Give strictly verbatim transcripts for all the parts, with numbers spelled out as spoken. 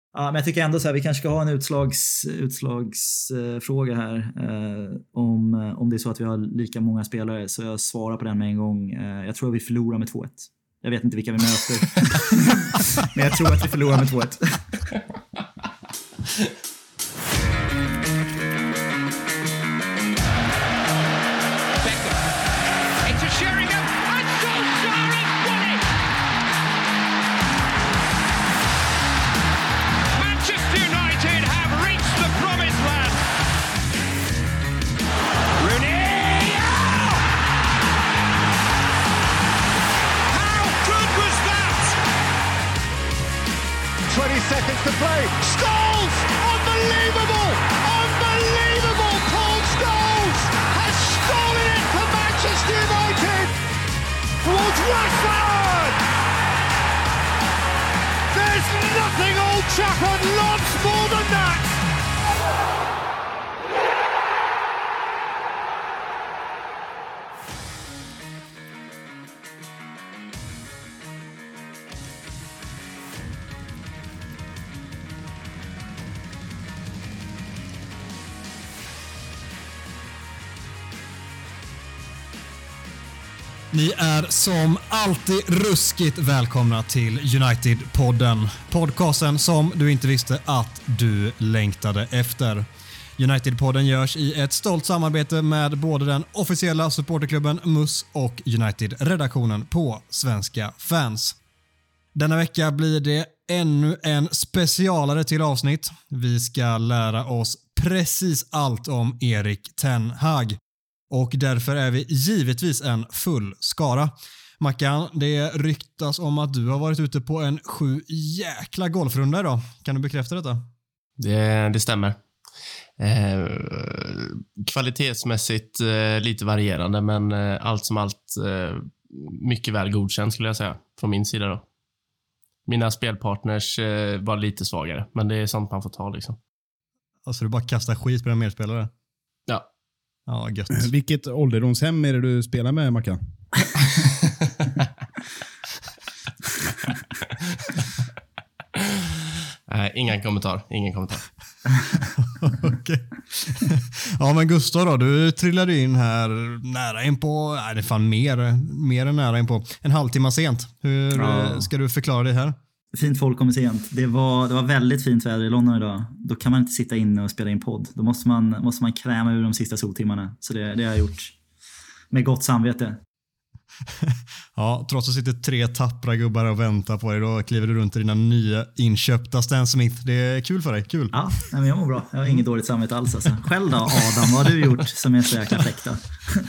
Ja, men jag tycker ändå så här, vi kanske ska ha en utslags, utslagsfråga här eh, om, om det är så att vi har lika många spelare, så jag svarar på den med en gång. Eh, jag tror att vi förlorar med två ett. Jag vet inte vilka vi möter. Men jag tror att vi förlorar med två ett. twenty seconds to play. Scholes! Unbelievable! Unbelievable! Paul Scholes has stolen it for Manchester United! Towards Rashford! There's nothing Old Trafford loves more than that! Ni är som alltid ruskigt välkomna till United-podden. Podcasten som du inte visste att du längtade efter. United-podden görs i ett stolt samarbete med både den officiella supporterklubben M U S och United-redaktionen på Svenska Fans. Denna vecka blir det ännu en specialare till avsnitt. Vi ska lära oss precis allt om Erik ten Hag. Och därför är vi givetvis en full skara. Mackan, det ryktas om att du har varit ute på en sju jäkla golfrunda idag. Kan du bekräfta detta? Det, det stämmer. Eh, kvalitetsmässigt eh, lite varierande, men eh, allt som allt eh, mycket väl godkänt skulle jag säga. Från min sida då. Mina spelpartners eh, var lite svagare, men det är sånt man får ta liksom. Alltså du bara kastar skit på den medspelare? Ja. Ja, gött. Vilket ålderdomshem är det du spelar med, Mackan? Nej, ingen kommentar. Ingen kommentar. Okej. Ja, men Gustav då, du trillade in här nära in på, nej det är fan mer, mer än nära in på, en halvtimme sent. Hur ja. ska du förklara det här? Fint folk kommer sent. Det var, det var väldigt fint väder i London idag. Då kan man inte sitta inne och spela in podd. Då måste man, måste man kräma ur de sista soltimmarna. Så det, det har jag gjort med gott samvete. Ja, trots att sitter tre tappra gubbar och väntar på dig, då kliver du runt i dina nya inköpta Stan Smith. Det är kul för dig, kul. Ja, men jag mår bra. Jag har inget dåligt samvete alls. Alltså. Själv då, Adam, vad har du gjort som är så jäkla fräckt då?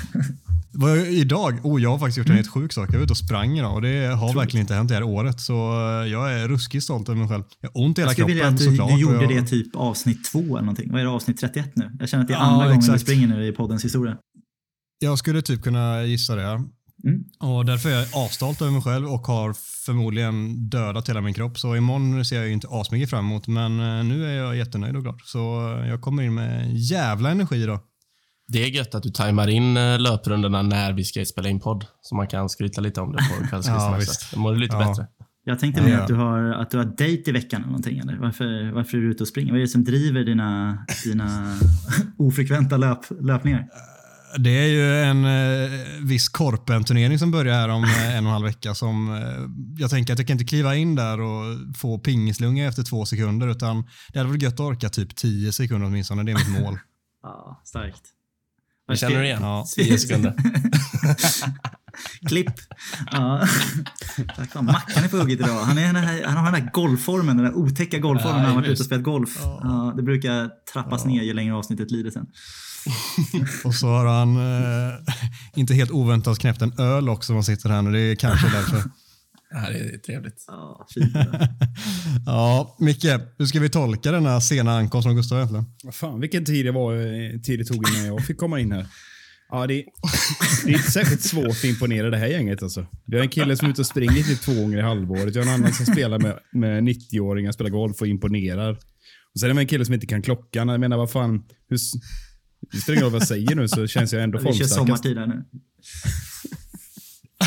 Idag? Oh, jag har faktiskt gjort en helt sjuk sak. Jag var ute och sprang idag och det har Troligt. verkligen inte hänt det här året. Så jag är ruskigt stolt över mig själv. Jag har ont i hela kroppen att du, såklart. Du gjorde jag... det typ avsnitt två eller någonting. Vad är det, avsnitt trettioett nu? Jag känner att det är ja, andra exakt. gången du springer nu i poddens historia. Jag skulle typ kunna gissa det. Mm. Och därför är jag avstolt över mig själv och har förmodligen dödat hela min kropp. Så imorgon ser jag ju inte asmycket fram emot. Men nu är jag jättenöjd och glad. Så jag kommer in med jävla energi då. Det är gött att du tajmar in löprundorna när vi ska spela in podd. Så man kan skryta lite om det på kvällskvisten. Ja, det mår lite ja. bättre. Jag tänkte mer ja. att du har att du har dejt i veckan eller någonting. Eller? Varför, varför är du ute och springer? Vad är det som driver dina, dina ofrekventa löp, löpningar? Det är ju en eh, viss korpen-turnering som börjar här om eh, en och en halv vecka. Som, eh, jag tänker att jag kan inte kliva in där och få pingislunga efter två sekunder. Utan det hade varit gött att orka typ tio sekunder åtminstone. Det är mitt mål. Ja, starkt. Jag känner du igen? Ja. tio sekunder. Klipp. Ja. Tack för Mackan är på hugget idag. Han, är den här, han har den här golfformen, den där otäcka golfformen ja, när han har varit ute och spelat golf. Ja. Ja, det brukar trappas ja. ner ju längre avsnittet lider sen. Och så har han eh, inte helt oväntat knäppt en öl också som sitter här nu. Det är kanske därför. Ja, det är trevligt. Ja, fint. Ja, Micke, hur ska vi tolka den här sena ankomst från Gustav egentligen? Vad fan, vilken tid det var tid det tog innan jag fick komma in här. Ja, det, det är inte särskilt svårt att imponera det här gänget alltså. Vi har en kille som är ute och springer typ två gånger i halvåret. Jag har en annan som spelar med, med nittio-åringar, spelar golf och imponerar. Och sen är det en kille som inte kan klockan. Jag menar, vad fan, hur... Det spelar ingen roll vad jag säger nu så känns jag ändå formstarkast. Vi kör sommartid här nu.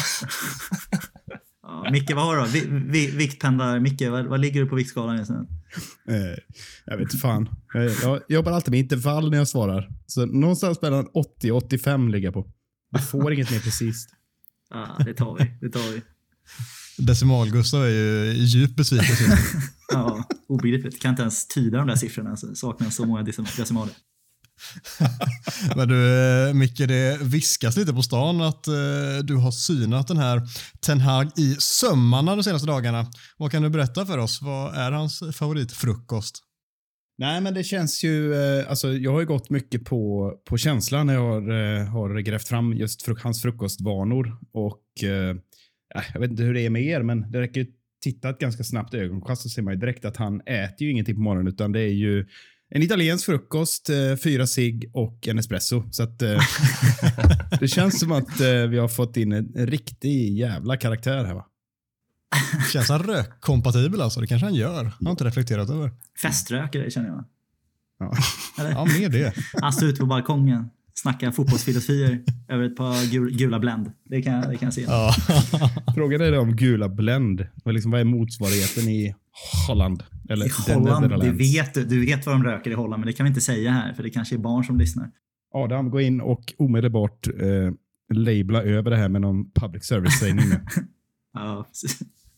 Ja, Micke, vad har du då? Vi, vi, viktpendlar, Micke, vad, vad ligger du på viktskalan just nu? eh, jag vet fan. Jag, jag jobbar alltid med intervall när jag svarar. Så någonstans mellan åttio och åttiofem ligger jag på. Du får inget mer precis. Ja, det tar vi. Det tar vi. Decimal-Gustav är ju djup besvikelse. Ja, obegripligt. Kan inte ens tyda de där siffrorna. Så saknar så många decim- decimaler. Men du, Micke, det viskas lite på stan att uh, du har synat den här Ten Hag i sömmarna de senaste dagarna. Vad kan du berätta för oss? Vad är hans favoritfrukost? Nej, men det känns ju... Eh, alltså, jag har ju gått mycket på, på känslan när jag har, eh, har grävt fram just fruk- hans frukostvanor. Och eh, jag vet inte hur det är med er, men det räcker ju titta ett ganska snabbt ögonkast så ser man ju direkt att han äter ju ingenting på morgonen, utan det är ju en italiensk frukost, eh, fyra cigg och en espresso. Så att eh, det känns som att eh, vi har fått in en, en riktig jävla karaktär här, va? Känns han rökkompatibel alltså? Det kanske han gör. Han har inte reflekterat över. Feströkare känner jag. Ja. Eller? Ja, mer det. Han står ute på balkongen, snackar fotbollsfilosofier över ett par gul, gula Blend. Det kan, det kan jag se. Ja. Frågan är om gula Blend. Vad, liksom, vad är motsvarigheten i Holland? Eller I Holland, det vet du. Du vet vad de röker i Holland, men det kan vi inte säga här, för det kanske är barn som lyssnar. Adam, gå in och omedelbart eh, labla över det här med någon public service-sägning nu. Ja, precis.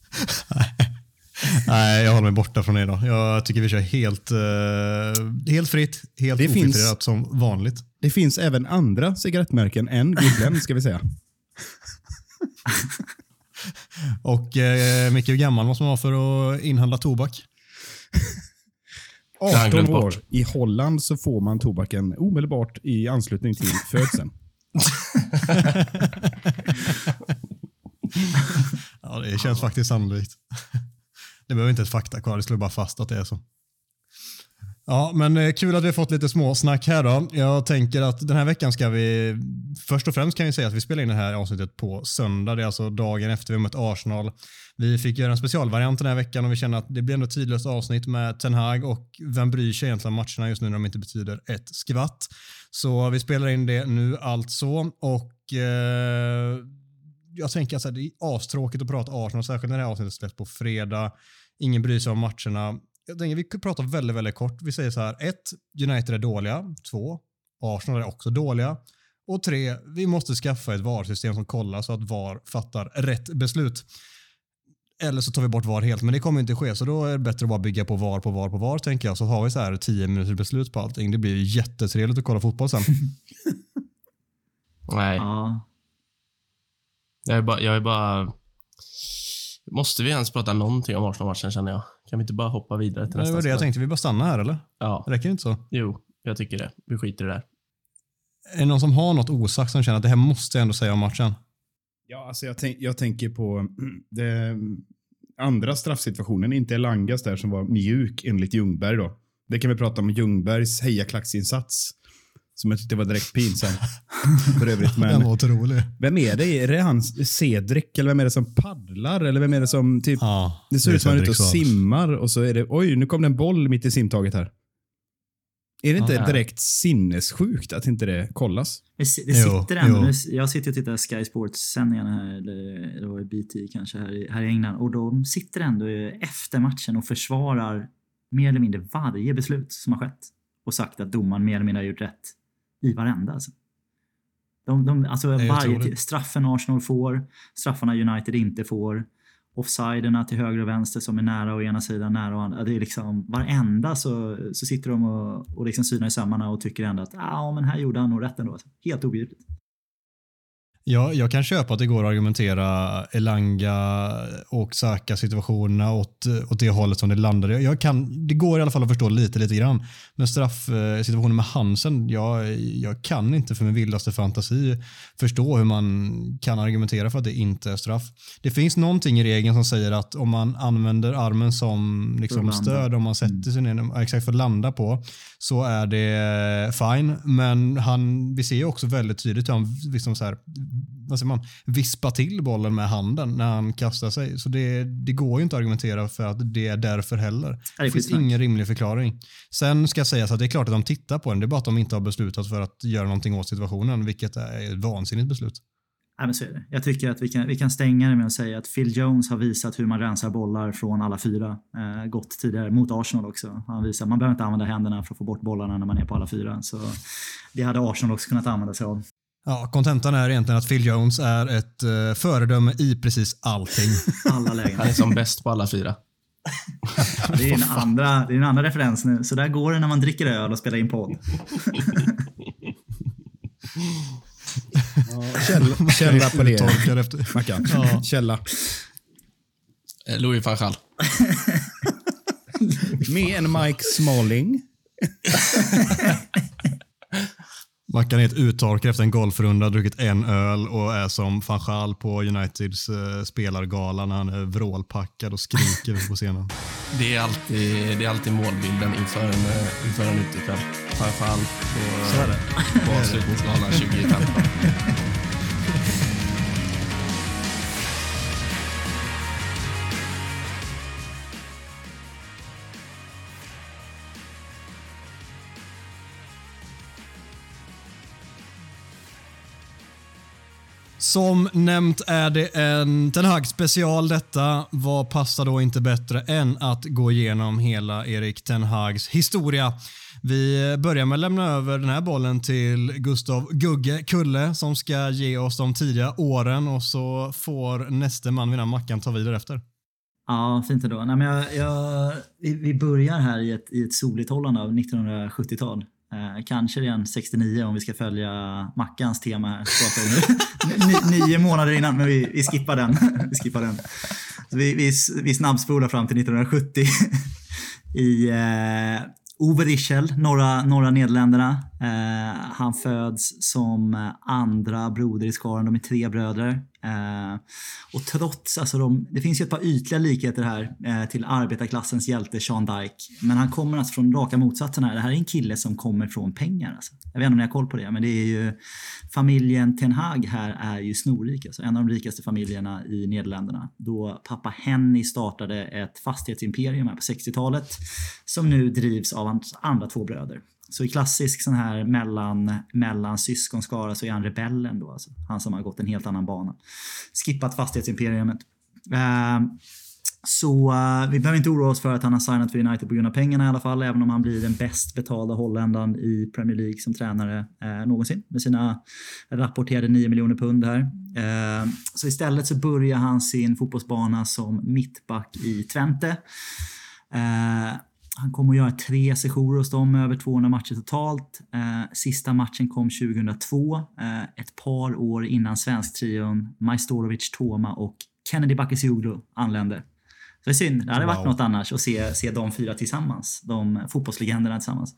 Nej, jag håller mig borta från det idag. Jag tycker vi kör helt, uh, helt fritt, helt Det ofiltrerat finns- som vanligt. Det finns även andra cigarettmärken än Gubben, ska vi säga. Och uh, Micke, hur gammal måste man vara för att inhandla tobak? har han glömt arton år. bort. I Holland så får man tobaken omedelbart i anslutning till födseln. Ja, det känns faktiskt sannolikt. Det behöver inte ett fakta kvar, det slår bara fast att det är så. Ja, men eh, kul att vi har fått lite små snack här då. Jag tänker att den här veckan ska vi, först och främst kan vi säga att vi spelar in det här avsnittet på söndag. Det är alltså dagen efter vi mött Arsenal. Vi fick göra en specialvariant den här veckan och vi känner att det blir ändå tidlöst avsnitt med Ten Hag, och vem bryr sig egentligen om matcherna just nu när de inte betyder ett skvatt. Så vi spelar in det nu alltså, och eh, jag tänker att det är astråkigt att prata Arsenal, särskilt när det här avsnittet släpps på fredag. Ingen bryr sig om matcherna. Jag tänker vi kan prata väldigt, väldigt kort. Vi säger så här: ett, United är dåliga. Två, Arsenal är också dåliga. Och tre, vi måste skaffa ett V A R-system som kollar så att V A R fattar rätt beslut. Eller så tar vi bort V A R helt, men det kommer inte ske. Så då är det bättre att bara bygga på V A R på V A R på V A R, tänker jag. Så har vi så här tio minuters beslut på allting. Det blir jättetrevligt att kolla fotboll sen. Nej, Ja. jag är bara... Jag är bara... Måste vi ens prata någonting om Arsenal-matchen, känner jag? Kan vi inte bara hoppa vidare till Det nästa? var det jag spel? tänkte. Vi bara stannar här, eller? Ja, Räcker det inte så? jo, jag tycker det. Vi skiter i det där. Är det någon som har något osagt som känner att det här måste jag ändå säga om matchen? Ja, alltså jag, tänk, jag tänker på det andra straffsituationen, inte Elangas där som var mjuk enligt Ljungberg då. Det kan vi prata om Ljungbergs hejaklacksinsats som jag tyckte var direkt pinsam för övrigt. Den Men var otrolig. vem är det? Är det han Cedric eller vem är det som paddlar? Eller vem är det som typ... Ja, det ser ut som han är ute och Cedric Suarez. simmar och så är det... Oj, nu kom det en boll mitt i simtaget här. Är det inte Ja. direkt sinnessjukt att inte det kollas? Det, det Jo, sitter ändå, jo. nu, jag sitter och tittar Sky Sports-sändningarna här, eller det var i B T kanske här i, här i England, och de sitter ändå efter matchen och försvarar mer eller mindre varje beslut som har skett och sagt att domaren mer eller mindre har gjort rätt i varenda. Alltså. De, de, alltså är varje otroligt. straffen Arsenal får, straffarna United inte får, offsiderna till höger och vänster som är nära å ena sidan, nära å andra. Det är liksom varenda så, så sitter de och, och liksom synar i sömmarna och tycker ändå att ah, men här gjorde han nog rätt ändå. Alltså. Helt obegripligt. Ja, jag kan köpa att det går att argumentera Elanga och Saka situationerna åt, åt det hållet som det landade. Jag kan, det går i alla fall att förstå lite, lite grann. Men straffsituationen med Hansen, jag, jag kan inte för min vildaste fantasi förstå hur man kan argumentera för att det inte är straff. Det finns någonting i regeln som säger att om man använder armen som liksom stöd, om man sätter sig ner exakt för att landa på, så är det fine. Men han, vi ser ju också väldigt tydligt hur han liksom så här, vad säger man, vispa till bollen med handen när han kastar sig. Så det, det går ju inte att argumentera för att det är därför heller. Det, det det finns skitsnack. ingen rimlig förklaring. Sen ska jag säga så att det är klart att de tittar på den. Det är bara att de inte har beslutat för att göra någonting åt situationen, vilket är ett vansinnigt beslut. Nej, men så är det. Jag tycker att vi kan, vi kan stänga det med att säga att Phil Jones har visat hur man rensar bollar från alla fyra. Eh, gått tidigare mot Arsenal också. Han visar att man behöver inte använda händerna för att få bort bollarna när man är på alla fyra. Så det hade Arsenal också kunnat använda sig av. Ja, kontentan är egentligen att Phil Jones är ett uh, föredöme i precis allting. Alla lägen. Han är som bäst på alla fyra. Det är en andra, det är en andra referens nu. Så där går det när man dricker öl och spelar in podd. Ja, källa, källa på det. Torkar efter. Mackan. Ja. Källa. Louis van Gaal. Med en Mike Smalling. Mackan är ett uttorkar efter en golfrunda, druckit en öl och är som Van Gaal på Uniteds uh, spelargala när han är vrålpackad och skriker på scenen. Det är alltid, det är alltid målbilden inför en, inför en utekväll. Van Gaal på, Så är det. på avslutningsgalan tjugo femton. Som nämnt är det en Ten Hag special detta. Vad passar då inte bättre än att gå igenom hela Erik Ten Hags historia. Vi börjar med att lämna över den här bollen till Gustav Gugge Kulle som ska ge oss de tidiga åren och så får nästa man vid den Mackan ta vidare efter. Ja, fint ändå. Nej, men jag, jag, vi, vi börjar här i ett, i ett soligt Holland av nittonhundrasjuttiotal. Eh, kanske redan sextionio om vi ska följa Mackans tema här. N- nio månader innan, men vi, vi skippar den. vi skippar den. Så vi, vi, vi snabbspolar fram till nittonhundrasjuttio i eh, Overijssel, norra, norra Nederländerna. Eh, han föds som andra broder i skaran. De är tre bröder. Eh, och trots, alltså de, det finns ju ett par ytliga likheter här eh, till arbetarklassens hjälte Sean Dyche. Men han kommer alltså från raka motsatsen här. Det här är en kille som kommer från pengar. Alltså. Jag vet inte om ni har koll på det, men det är ju familjen Ten Hag här är ju snorrik. Alltså en av de rikaste familjerna i Nederländerna. Då pappa Henny startade ett fastighetsimperium här på sextiotalet som nu drivs av hans andra två bröder. Så i klassisk sån här mellan, mellan syskonskara så är han rebellen då. Alltså. Han som har gått en helt annan bana. Skippat fastighetsimperiumet. Uh, så uh, vi behöver inte oroa oss för att han har signat för United på grund av pengarna i alla fall. Även om han blir den bäst betalda holländaren i Premier League som tränare uh, någonsin. Med sina rapporterade nio miljoner pund här. Uh, så istället så börjar han sin fotbollsbana som mittback i Twente. Uh, Han kommer att göra tre sessioner hos dem, över tvåhundra matcher totalt. Eh, sista matchen kom tjugohundratvå, eh, ett par år innan svensk-trion Majstorovic, Toma och Kennedy Bakircioglu anlände. Så det är synd, det hade varit wow. något annars att se, se de fyra tillsammans, de fotbollslegenderna tillsammans.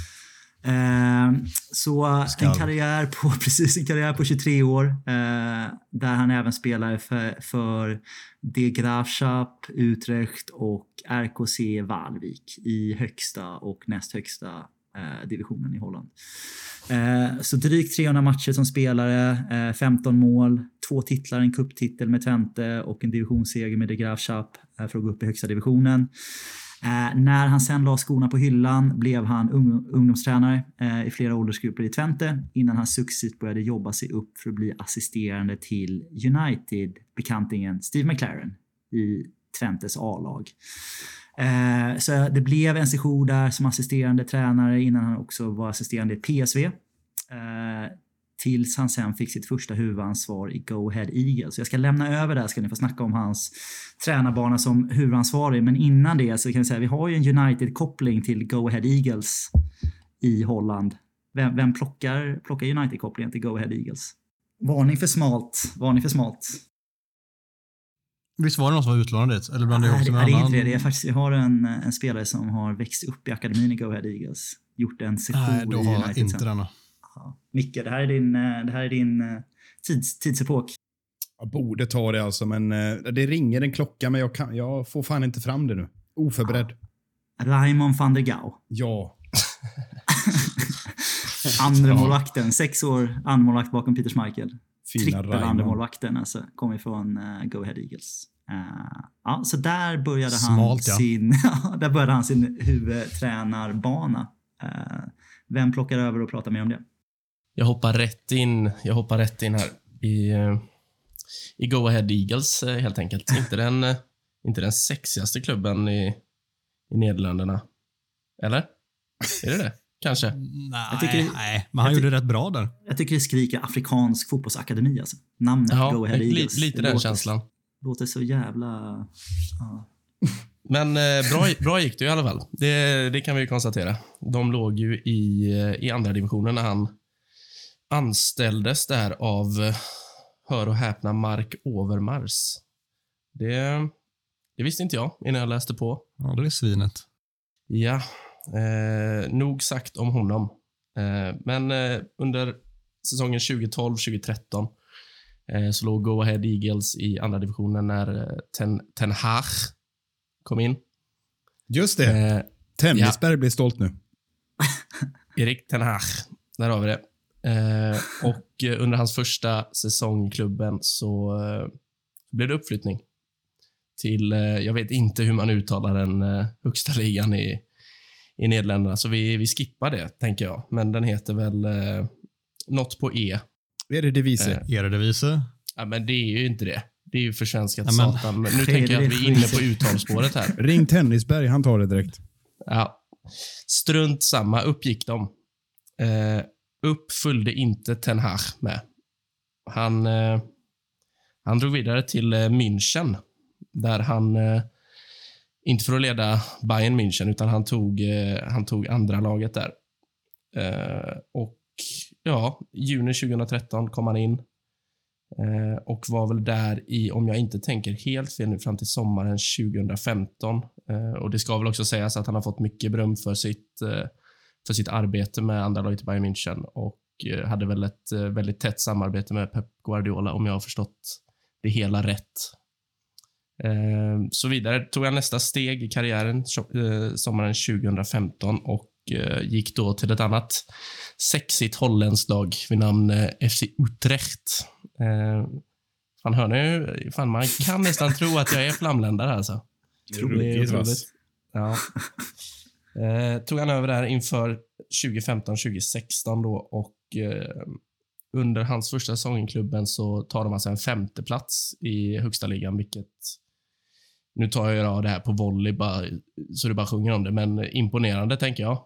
Eh, så Skall. en karriär på precis en karriär på tjugotre år eh, där han även spelar för, för De Graafschap, Utrecht och R K C Waalwijk i högsta och näst högsta eh, divisionen i Holland. Eh, så drygt trehundra matcher som spelare, eh, femton mål, två titlar, en cuptitel med Twente och en divisionsseger med De Graafschap eh, för att gå upp i högsta divisionen. Eh, när han sen la skorna på hyllan blev han ung- ungdomstränare eh, i flera åldersgrupper i Twente innan han successivt började jobba sig upp för att bli assisterande till United-bekantingen Steve McLaren i Twentes A-lag. Eh, så det blev en session där som assisterande tränare innan han också var assisterande i P S V. Eh, tills han sen fick sitt första huvudansvar i Go Ahead Eagles. Så jag ska lämna över där, ska ni få snacka om hans tränarbana som huvudansvarig. Men innan det så kan vi säga vi har ju en United-koppling till Go Ahead Eagles i Holland. Vem, vem plockar, plockar United-kopplingen till Go Ahead Eagles? Varning för smalt. Varning för smalt. Visst var det någon som var utlånad dit? Eller bland det Nej, också det, med det är annan... inte det. det är faktiskt, jag har en, en spelare som har växt upp i akademin i Go Ahead Eagles. Gjort en session Nej, då i har United inte sen. denna. Ja. Micke, det här är din, det här är din tids, tidsepok. Jag borde ta det alltså, men det ringer en klocka, men jag, kan, jag får fan inte fram det nu. Oförberedd. Ja. Raymond van der Gouw. Ja. Andremålvakten, sex år andremålvakt bakom Peter Schmeichel. Fina Trippel andremålvakten, alltså, kom ifrån uh, Go Ahead Eagles. Uh, ja, så där började han Smalt, ja. sin, där började han sin huvudtränarbana. Uh, vem plockar över och pratar mer om det? Jag hoppar rätt in, jag hoppar rätt in här. I, i Go Ahead Eagles helt enkelt. inte, den, inte den sexigaste klubben i, i Nederländerna. Eller? Är det det? Kanske. Nej, Jag tycker, nej, men han gjorde rätt bra där. Jag tycker det skriker afrikansk fotbollsakademi. Alltså. Namnet Ja, Go Ahead li, Eagles. lite det den låter, känslan. låter så jävla... Ja. Men eh, bra, bra gick det i alla fall. Det, det kan vi konstatera. De låg ju i, i andra divisionen när han anställdes där av, hör och häpna, Mark Overmars. Det, det visste inte jag innan jag läste på. Ja, det är svinet. Ja, eh, nog sagt om honom. Eh, men eh, under säsongen tjugo tolv tjugo tretton eh, så låg Go Ahead Eagles i andra divisionen när eh, Ten, Ten Hag kom in. Just det. Eh, Tennisberg ja. blir stolt nu. Erik Ten Hag, där har vi det. Eh, och eh, under hans första säsong i klubben så eh, blev det uppflyttning till, eh, jag vet inte hur man uttalar den eh, högsta ligan i, i Nederländerna, så vi, vi skippar det, tänker jag. Men den heter väl eh, något på E. Är det Divise? Eh, Eredivisie? ja, men det är ju inte det. Det är ju försvenskat Ja, men- satan. Men nu tänker jag att vi är inne på uttalsspåret här. Ring Tennisberg, han tar det direkt. Ja. Strunt samma, uppgick de. Eh, upp följde inte Ten Hag med. Han, eh, han drog vidare till eh, München, där han, eh, inte för att leda Bayern München, utan han tog, eh, han tog andra laget där. Eh, och ja, juni tjugo tretton kom han in eh, och var väl där i, om jag inte tänker helt fel nu, fram till sommaren tjugo femton. Eh, och det ska väl också sägas att han har fått mycket beröm för sitt, eh, för sitt arbete med andra laget i Bayern München och eh, hade väl ett eh, väldigt tätt samarbete med Pep Guardiola, om jag har förstått det hela rätt. Eh, så vidare tog han nästa steg i karriären eh, sommaren tjugo femton och eh, gick då till ett annat sexigt holländskt lag vid namn eh, F C Utrecht. Eh, fan, hör ni? Fan, man kan nästan tro att jag är flamländare alltså. Det är Ruggigt vass. otroligt. Ja. Eh, tog han över där inför tjugo femton tjugo sexton då, och eh, under hans första säsong i klubben så tar de alltså en femte plats i högsta ligan, vilket, nu tar jag det här på volley bara, så det bara sjunger om det, men imponerande, tänker jag.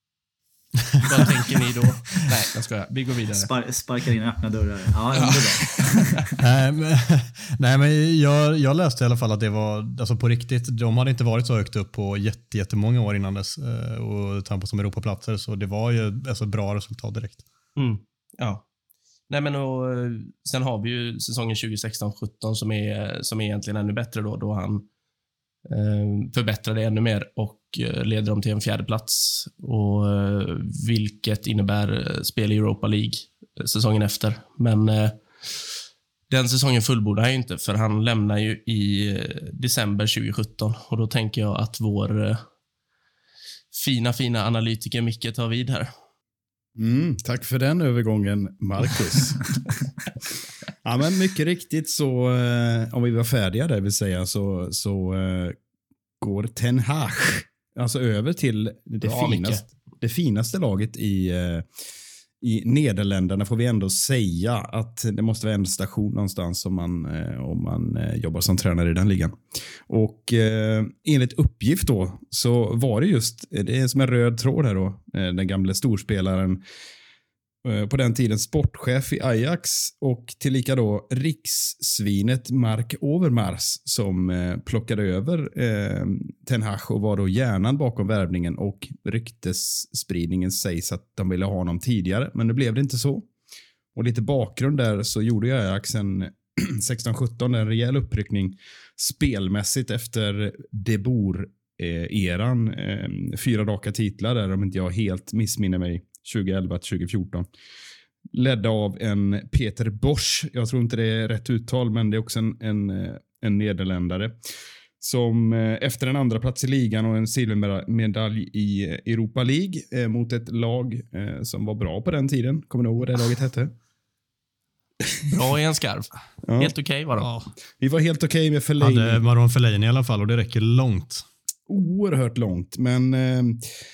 Vad tänker ni då? Nej, jag skojar. Vi går vidare. Spar- sparkar in öppna dörrar. Ja, ja. Det är bra. nej, men, nej, men jag, jag läste i alla fall att det var alltså på riktigt. De hade inte varit så högt upp på jätte, jättemånga år innan dess eh, och tampas som Europaplatser, så det var ju alltså bra resultat direkt. Mm, ja. Nej, men och, sen har vi ju säsongen tjugo sexton sjutton som är, som är egentligen ännu bättre då, då han eh, förbättrade ännu mer och eh, leder dem till en fjärde plats, och eh, vilket innebär spel i Europa League eh, säsongen efter. Men eh, den säsongen fullbordar han ju inte, för han lämnar ju i eh, december tjugo sjutton, och då tänker jag att vår eh, fina, fina analytiker Micke tar vid här. Mm, tack för den övergången, Marcus. Ja, men mycket riktigt så, eh, om vi var färdiga där vill säga, så, så eh, går Ten Hag alltså över till det, Bra, finaste, det finaste laget i, eh, i Nederländerna, får vi ändå säga att det måste vara en station någonstans om man, eh, om man eh, jobbar som tränare i den ligan. Och eh, enligt uppgift då så var det just, det är som en röd tråd här då, eh, den gamla storspelaren, eh, på den tiden sportchef i Ajax och tillika då rikssvinet Mark Overmars som eh, plockade över eh, Ten Hag och var då hjärnan bakom värvningen, och ryktesspridningen sägs att de ville ha honom tidigare, men det blev det inte så. Och lite bakgrund där, så gjorde jag Ajax en sexton sjutton en rejäl uppryckning spelmässigt efter De Boer-eran. Eh, fyra raka titlar där, om inte jag helt missminner mig, tjugo elva till tjugo fjorton. Ledda av en Peter Bosch. Jag tror inte det är rätt uttal, men det är också en, en, en nederländare som eh, efter en andra plats i ligan och en silvermedalj i Europa League eh, mot ett lag eh, som var bra på den tiden. Kommer ni ihåg vad det laget hette? Bra i en skarv. Ja. Helt okej okay, var de. Ja. Vi var helt okej okay med Fellaini. Hade Marouane Fellaini i alla fall, och det räcker långt. Oerhört långt, men eh,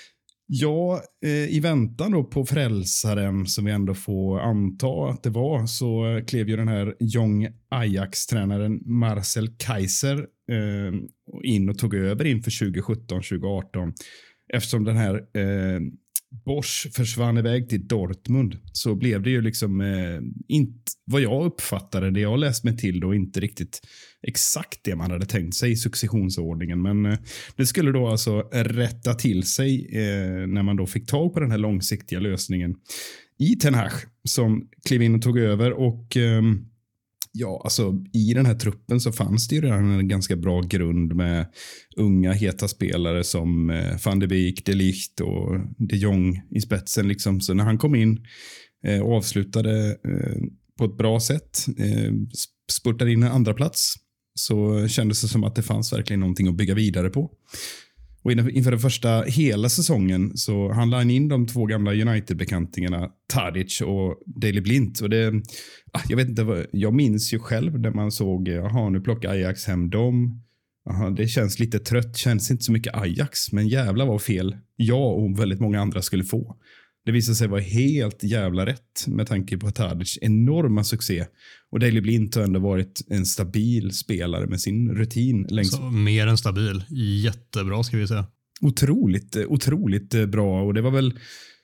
Ja, eh, i väntan då på frälsaren som vi ändå får anta att det var, så klev ju den här Young Ajax-tränaren Marcel Kaiser eh, in och tog över inför tjugo sjutton tjugo arton. Eftersom den här eh, Bosch försvann iväg till Dortmund, så blev det ju liksom eh, inte vad jag uppfattade, det jag läst mig till då, inte riktigt exakt det man hade tänkt sig i successionsordningen, men eh, det skulle då alltså rätta till sig eh, när man då fick tag på den här långsiktiga lösningen i Ten Hag som klev in och tog över. Och eh, ja, alltså i den här truppen så fanns det ju redan en ganska bra grund med unga heta spelare som eh, Van de Beek, De Ligt och De Jong i spetsen liksom. Så när han kom in eh, och avslutade eh, på ett bra sätt, eh, spurtade in en andra plats, så kändes det som att det fanns verkligen någonting att bygga vidare på. Och inför den första hela säsongen så handlade han in de två gamla United-bekantingarna Tadic och Daley Blind. Och det, jag vet inte vad, jag minns ju själv när man såg, jaha, nu plockar Ajax hem dem. Aha, det känns lite trött, känns inte så mycket Ajax, men jävla vad fel jag och väldigt många andra skulle få. Det visade sig vara helt jävla rätt med tanke på Tadic enorma succé. Och Daley Blind har ändå varit en stabil spelare med sin rutin. Längs... Så mer än stabil. Jättebra ska vi säga. Otroligt, otroligt bra. Och det var väl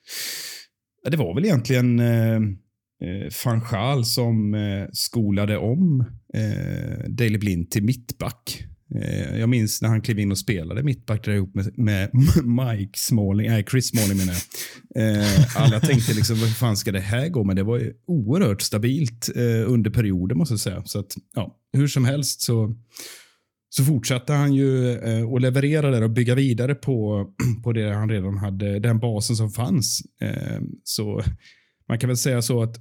det var väl egentligen eh, van Gaal som eh, skolade om eh, Daley Blind till mittback. Jag minns när han klev in och spelade mittback där ihop med, med Mike Smalling, nej Chris Smalling menar jag. Eh, alla tänkte liksom, hur fan ska det här gå? Men det var ju oerhört stabilt eh, under perioden måste jag säga. Så att, ja, hur som helst så, så fortsatte han ju eh, och leverera där och bygga vidare på, på det han redan hade, den basen som fanns. Eh, så man kan väl säga så att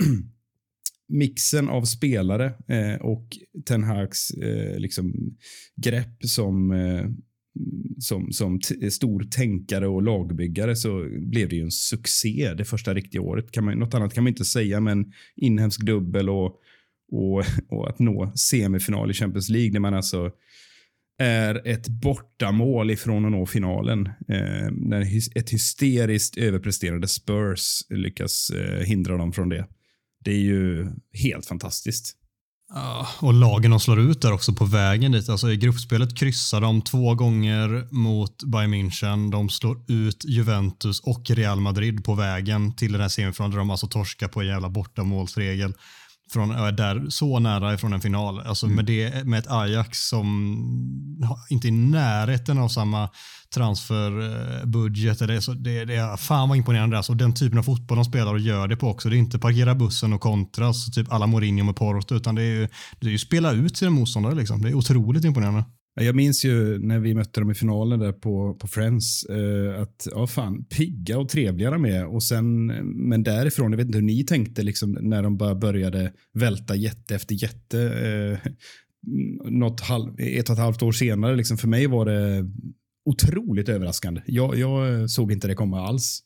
mixen av spelare eh, och Ten Hags eh, liksom grepp som, eh, som, som t- stor tänkare och lagbyggare, så blev det ju en succé det första riktiga året. Kan man, något annat kan man inte säga, men inhemsk dubbel och, och, och att nå semifinal i Champions League när man alltså är ett bortamål ifrån att nå finalen. Eh, när ett hysteriskt överpresterande Spurs lyckas eh, hindra dem från det. Det är ju helt fantastiskt. Ja, och lagen de slår ut där också på vägen dit. Alltså i gruppspelet kryssar de två gånger mot Bayern München. De slår ut Juventus och Real Madrid på vägen till den här semifinalen där de alltså torskar på en jävla bortamålsregel. Från, är där så nära ifrån en final. Alltså mm. med, det, med ett Ajax som inte är i närheten av samma transferbudget. Det, så det, det är fan vad imponerande. Alltså, den typen av fotboll de spelar och gör det på också. Det är inte parkera bussen och kontras, typ alla Mourinho med Porto, utan det är ju, det är ju spela ut sina motståndare. Liksom. Det är otroligt imponerande. Jag minns ju när vi mötte dem i finalen där på, på Friends eh, att ja fan, pigga och trevligare med. Och sen, men därifrån, jag vet inte hur ni tänkte liksom, när de bara började välta jätte efter jätte. Eh, något halv, ett och ett halvt år senare, liksom, för mig var det otroligt överraskande. Jag, jag såg inte det komma alls.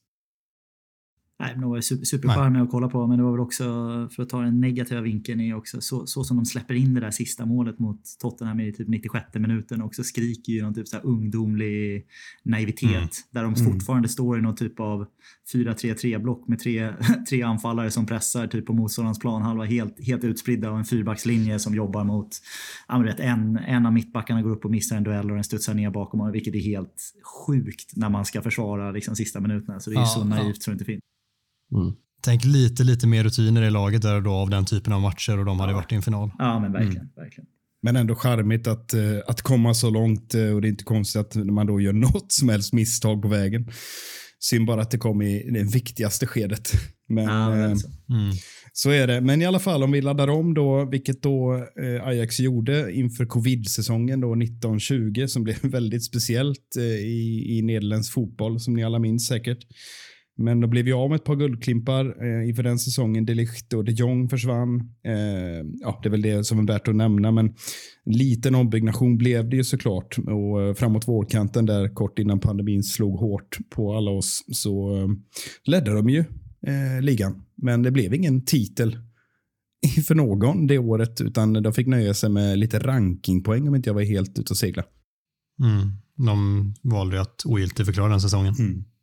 Nej, det var super, supercharmigt att kolla på, men det var väl också, för att ta den negativa vinkeln, är också så, så som de släpper in det där sista målet mot Tottenham i typ nittiosjätte minuten, också skriker ju någon typ så här ungdomlig naivitet, mm. där de mm. fortfarande står i någon typ av fyra tre tre block med tre, tre anfallare som pressar typ på motståndarens planhalva, helt, helt utspridda av en fyrbackslinje som jobbar mot, ja, vet, en, en av mittbackarna går upp och missar en duell och den studsar ner bakom, vilket är helt sjukt när man ska försvara liksom sista minuterna, så det är ju ja, så naivt ja. Så det inte finns. Mm. Tänk lite lite mer rutiner i laget där då av den typen av matcher, och de hade ja. varit i en final. Ja, men verkligen, mm. verkligen. Men ändå charmigt att, att komma så långt, och det är inte konstigt att man då gör något som helst misstag på vägen. Synd bara att det kom i det viktigaste skedet. Men ja, eh, alltså. mm. så är det. Men i alla fall, om vi laddar om då, vilket då eh, Ajax gjorde inför covid-säsongen då nitton tjugo, som blev väldigt speciellt eh, i, i nederländsk fotboll, som ni alla minns säkert. Men då blev vi av med ett par guldklimpar eh, inför den säsongen. De Ligt och De Jong försvann. Eh, ja, det är väl det som är värt att nämna. Men en liten ombyggnation blev det ju såklart. Och eh, framåt vårkanten där, kort innan pandemin slog hårt på alla oss, så eh, ledde de ju eh, ligan. Men det blev ingen titel för någon det året, utan de fick nöja sig med lite rankingpoäng om inte jag var helt ute och segla. Mm. De valde att ogiltigt förklara den säsongen. Mm.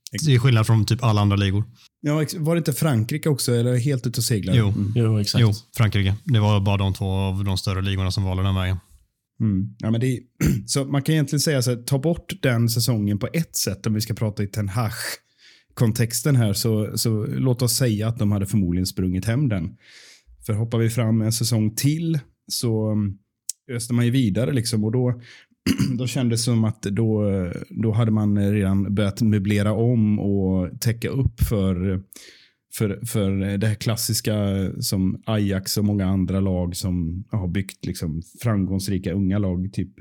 Det är skillnad från typ alla andra ligor. Ja, var det inte Frankrike också, eller helt ute och seglar? Jo, mm. jo, exakt. Jo, Frankrike. Det var bara de två av de större ligorna som valde den vägen. Mm. Ja, men det är, så man kan egentligen säga så här, ta bort den säsongen på ett sätt om vi ska prata i Ten Hag-kontexten här, så, så låt oss säga att de hade förmodligen sprungit hem den. För hoppar vi fram en säsong till så öste man ju vidare liksom, och då, då kändes det som att då, då hade man redan börjat möblera om och täcka upp för, för, för det här klassiska som Ajax och många andra lag som har byggt liksom framgångsrika unga lag, typ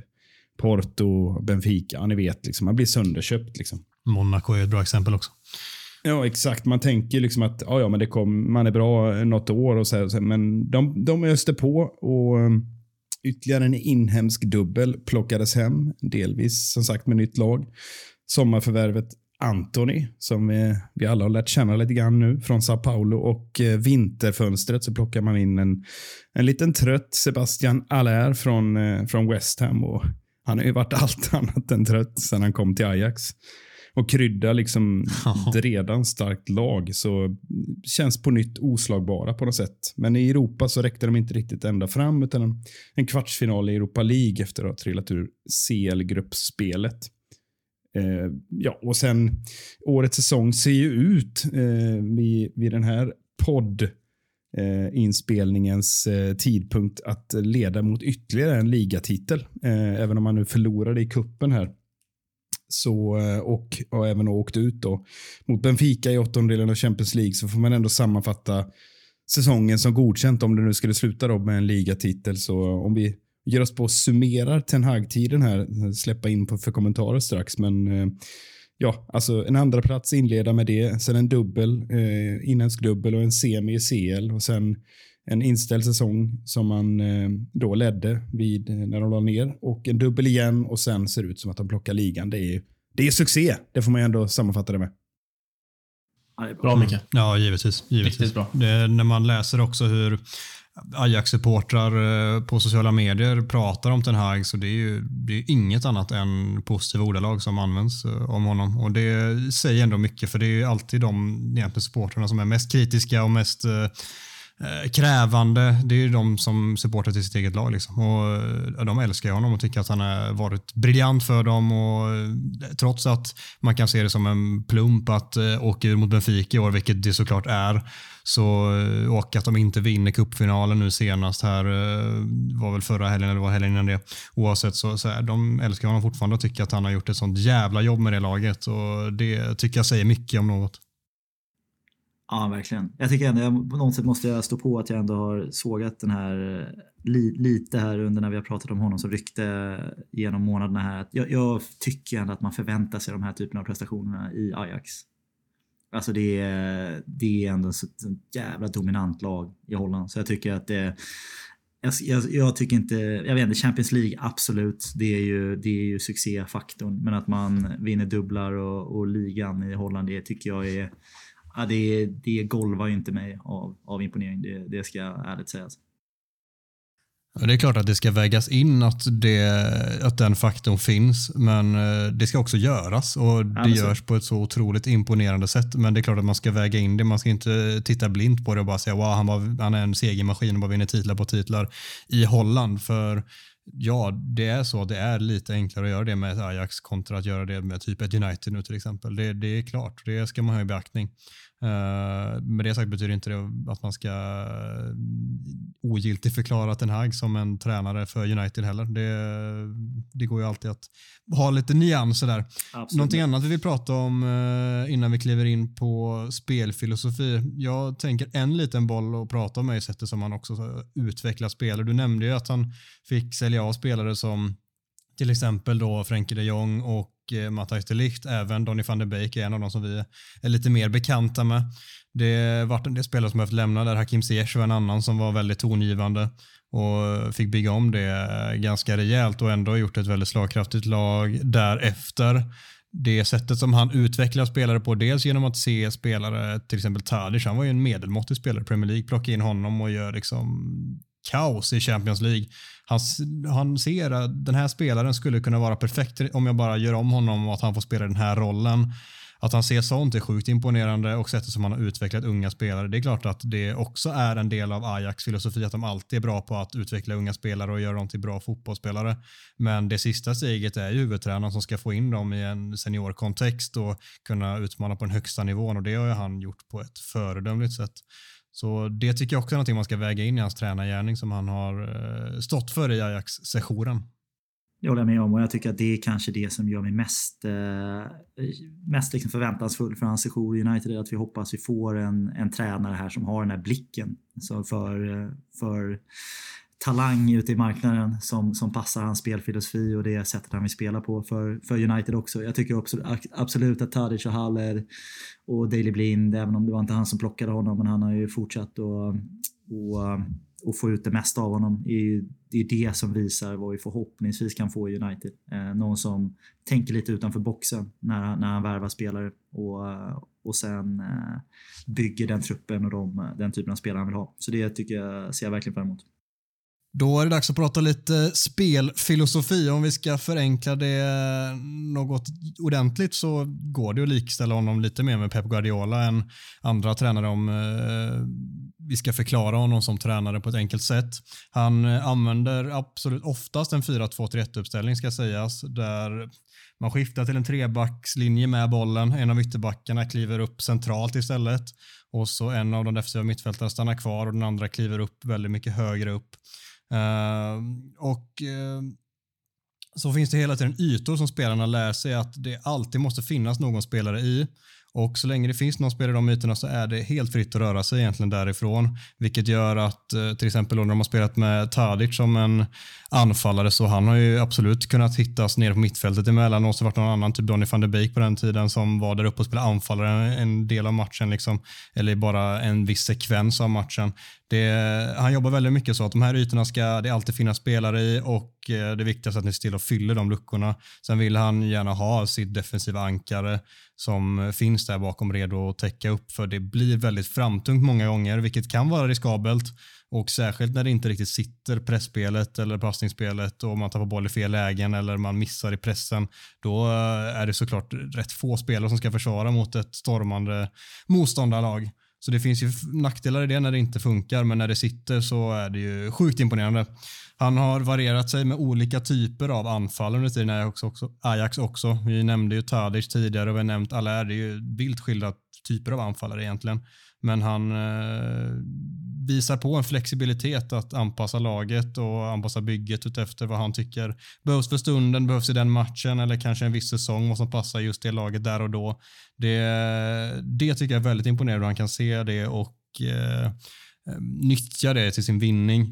Porto, Benfica, ja, ni vet, liksom, man blir sönderköpt liksom. Monaco är ett bra exempel också. Ja, exakt. Man tänker liksom att ja, ja, men det kom, man är bra något år och så här, men de, de öste på och ytterligare en inhemsk dubbel plockades hem, delvis som sagt med nytt lag. Sommarförvärvet Antony, som vi, vi alla har lärt känna lite grann nu, från Sao Paulo, och eh, vinterfönstret så plockar man in en, en liten trött Sebastian Haller från, eh, från West Ham, och han har ju varit allt annat än trött sedan han kom till Ajax. Och krydda liksom ett redan starkt lag, så känns på nytt oslagbara på något sätt. Men i Europa så räckte de inte riktigt ända fram, utan en, en kvartsfinal i Europa League efter att ha trillat ur C L-gruppspelet. Eh, ja, och sen årets säsong ser ju ut eh, vid, vid den här podd eh, inspelningens eh, tidpunkt att leda mot ytterligare en ligatitel. Eh, även om man nu förlorade i kuppen här. Så, och, och även åkt ut då mot Benfica i åttondelen av Champions League, så får man ändå sammanfatta säsongen som godkänt om det nu skulle sluta då med en ligatitel. Så om vi ger oss på och summerar Ten Hag-tiden här, släppa in på för kommentarer strax, men ja, alltså en andra plats inleda med det, sen en dubbel, eh, inhemsk dubbel och en semi i C L, och sen en inställd säsong som man eh, då ledde vid när de la ner, och en dubbel igen, och sen ser det ut som att de plockar ligan. Det är, det är succé, det får man ändå sammanfatta det med. Bra, Micke. Ja, givetvis. givetvis. Riktigt bra. Det, när man läser också hur Ajax-supportrar på sociala medier pratar om Ten Hag, så det är ju det är inget annat än positiva ordalag som används om honom, och det säger ändå mycket, för det är alltid de egentligen supportrarna som är mest kritiska och mest eh, krävande. Det är ju de som supportar till sitt eget lag liksom. Och ja, de älskar honom och tycker att han har varit briljant för dem, och trots att man kan se det som en plump att eh, åka ur mot Benfica i år, vilket det såklart är, så och att de inte vinner cupfinalen nu senast här var väl förra helgen eller var helgen innan det. Oavsett så, så här, de älskar honom fortfarande och tycker att han har gjort ett sånt jävla jobb med det laget, och det tycker jag säger mycket om något. Ja, verkligen. Jag tycker ändå, jag, på något sätt måste jag stå på att jag ändå har sågat den här li, lite här under när vi har pratat om honom som rykte genom månaderna här. Jag, jag tycker ändå att man förväntar sig de här typen av prestationerna i Ajax. Alltså det är, det är ändå ett jävla dominant lag i Holland. Så jag tycker att det, jag, jag, jag tycker inte, jag vet inte, Champions League absolut, det är ju, det är ju succéfaktorn. Men att man vinner dubblar och, och ligan i Holland, det tycker jag är, ja, det, det golvar ju inte mig av, av imponering, det, det ska jag ärligt säga. Det är klart att det ska vägas in att, det, att den faktorn finns, men det ska också göras, och det ja, görs på ett så otroligt imponerande sätt. Men det är klart att man ska väga in det, man ska inte titta blint på det och bara säga wow, han, var, han är en segermaskin och bara vinner titlar på titlar i Holland. För ja, det är så, det är lite enklare att göra det med Ajax kontra att göra det med typ ett United nu till exempel. Det, det är klart, det ska man ha i beaktning. Uh, med det sagt betyder inte det att man ska uh, ogiltigt förklara Ten Hag som en tränare för United heller. Det, det går ju alltid att ha lite nyanser där. Absolut. Någonting annat vi vill prata om uh, innan vi kliver in på spelfilosofi. Jag tänker en liten boll att prata om är i sättet som man också utvecklar spelare. Du nämnde ju att han fick sälja av spelare som till exempel då Frenkie de Jong och Matthijs de Ligt, även Donny van de Beek är en av de som vi är lite mer bekanta med. Det var en del spelare som behövt lämna där. Hakim Ziyech var en annan som var väldigt tongivande och fick bygga om det ganska rejält och ändå gjort ett väldigt slagkraftigt lag därefter. Det sättet som han utvecklar spelare på, dels genom att se spelare, till exempel Tadic, han var ju en medelmåttig spelare i Premier League, plocka in honom och gör liksom kaos i Champions League. Han, han ser att den här spelaren skulle kunna vara perfekt om jag bara gör om honom och att han får spela den här rollen. att han ser sånt är sjukt imponerande och sättet som han har utvecklat unga spelare. Det är klart att det också är en del av Ajax filosofi att de alltid är bra på att utveckla unga spelare och göra dem till bra fotbollsspelare. Men det sista steget är ju huvudtränaren som ska få in dem i en seniorkontext och kunna utmana på den högsta nivån, och det har ju han gjort på ett föredömligt sätt. Så det tycker jag också är någonting man ska väga in i hans tränargärning som han har stått för i Ajax-sessionen. Jag håller med om, och jag tycker att det är kanske det som gör mig mest, eh, mest liksom förväntansfull för hans session i United, är att vi hoppas vi får en, en tränare här som har den här blicken så för, för talang ute i marknaden som, som passar hans spelfilosofi och det sättet han vill spela på för, för United också. Jag tycker absolut, absolut att Tadic och Haller och Daley Blind, även om det var inte han som plockade honom, men han har ju fortsatt och, och och få ut det mesta av honom. Det är det som visar vad vi förhoppningsvis kan få i United. Eh, någon som tänker lite utanför boxen när, när han värvar spelare och, och sen eh, bygger den truppen och de, den typen av spelare han vill ha. Så det tycker jag, ser jag verkligen fram emot. Då är det dags att prata lite spelfilosofi. Om vi ska förenkla det något ordentligt så går det att likställa honom lite mer med Pep Guardiola än andra tränare om eh, vi ska förklara honom som tränare på ett enkelt sätt. Han använder absolut oftast en fyra två tre ett-uppställning ska sägas, där man skiftar till en trebackslinje med bollen. En av ytterbackarna kliver upp centralt istället och så en av de defensiva mittfältarna stannar kvar och den andra kliver upp väldigt mycket högre upp. Uh, och uh, så finns det hela tiden ytor som spelarna lär sig att det alltid måste finnas någon spelare i, och så länge det finns någon spelare i de ytorna så är det helt fritt att röra sig egentligen därifrån, vilket gör att uh, till exempel när de har spelat med Tadic som en anfallare, så han har ju absolut kunnat hittas ner på mittfältet emellan, och så varit någon annan typ Donny van de Beek på den tiden som var där uppe och spelade anfallare en del av matchen liksom, eller bara en viss sekvens av matchen. Det, han jobbar väldigt mycket så att de här ytorna ska det alltid finnas spelare i, och det viktigaste är att ni still och fyller de luckorna. Sen vill han gärna ha sitt defensiva ankare som finns där bakom redo att täcka upp, för det blir väldigt framtungt många gånger, vilket kan vara riskabelt. Och särskilt när det inte riktigt sitter pressspelet eller passningsspelet och man tar på boll i fel lägen eller man missar i pressen, då är det såklart rätt få spelare som ska försvara mot ett stormande motståndarlag. Så det finns ju nackdelar i det när det inte funkar, men när det sitter så är det ju sjukt imponerande. Han har varierat sig med olika typer av anfall under tiden Ajax också. Ajax också. Vi nämnde ju Tadic tidigare och vi har nämnt alla, är det ju vilt skilda typer av anfallare egentligen. Men han eh, visar på en flexibilitet att anpassa laget och anpassa bygget utefter vad han tycker behövs för stunden, behövs i den matchen eller kanske en viss säsong, vad som passar just det laget där och då. Det, det tycker jag är väldigt imponerande, han kan se det och eh, nyttja det till sin vinning.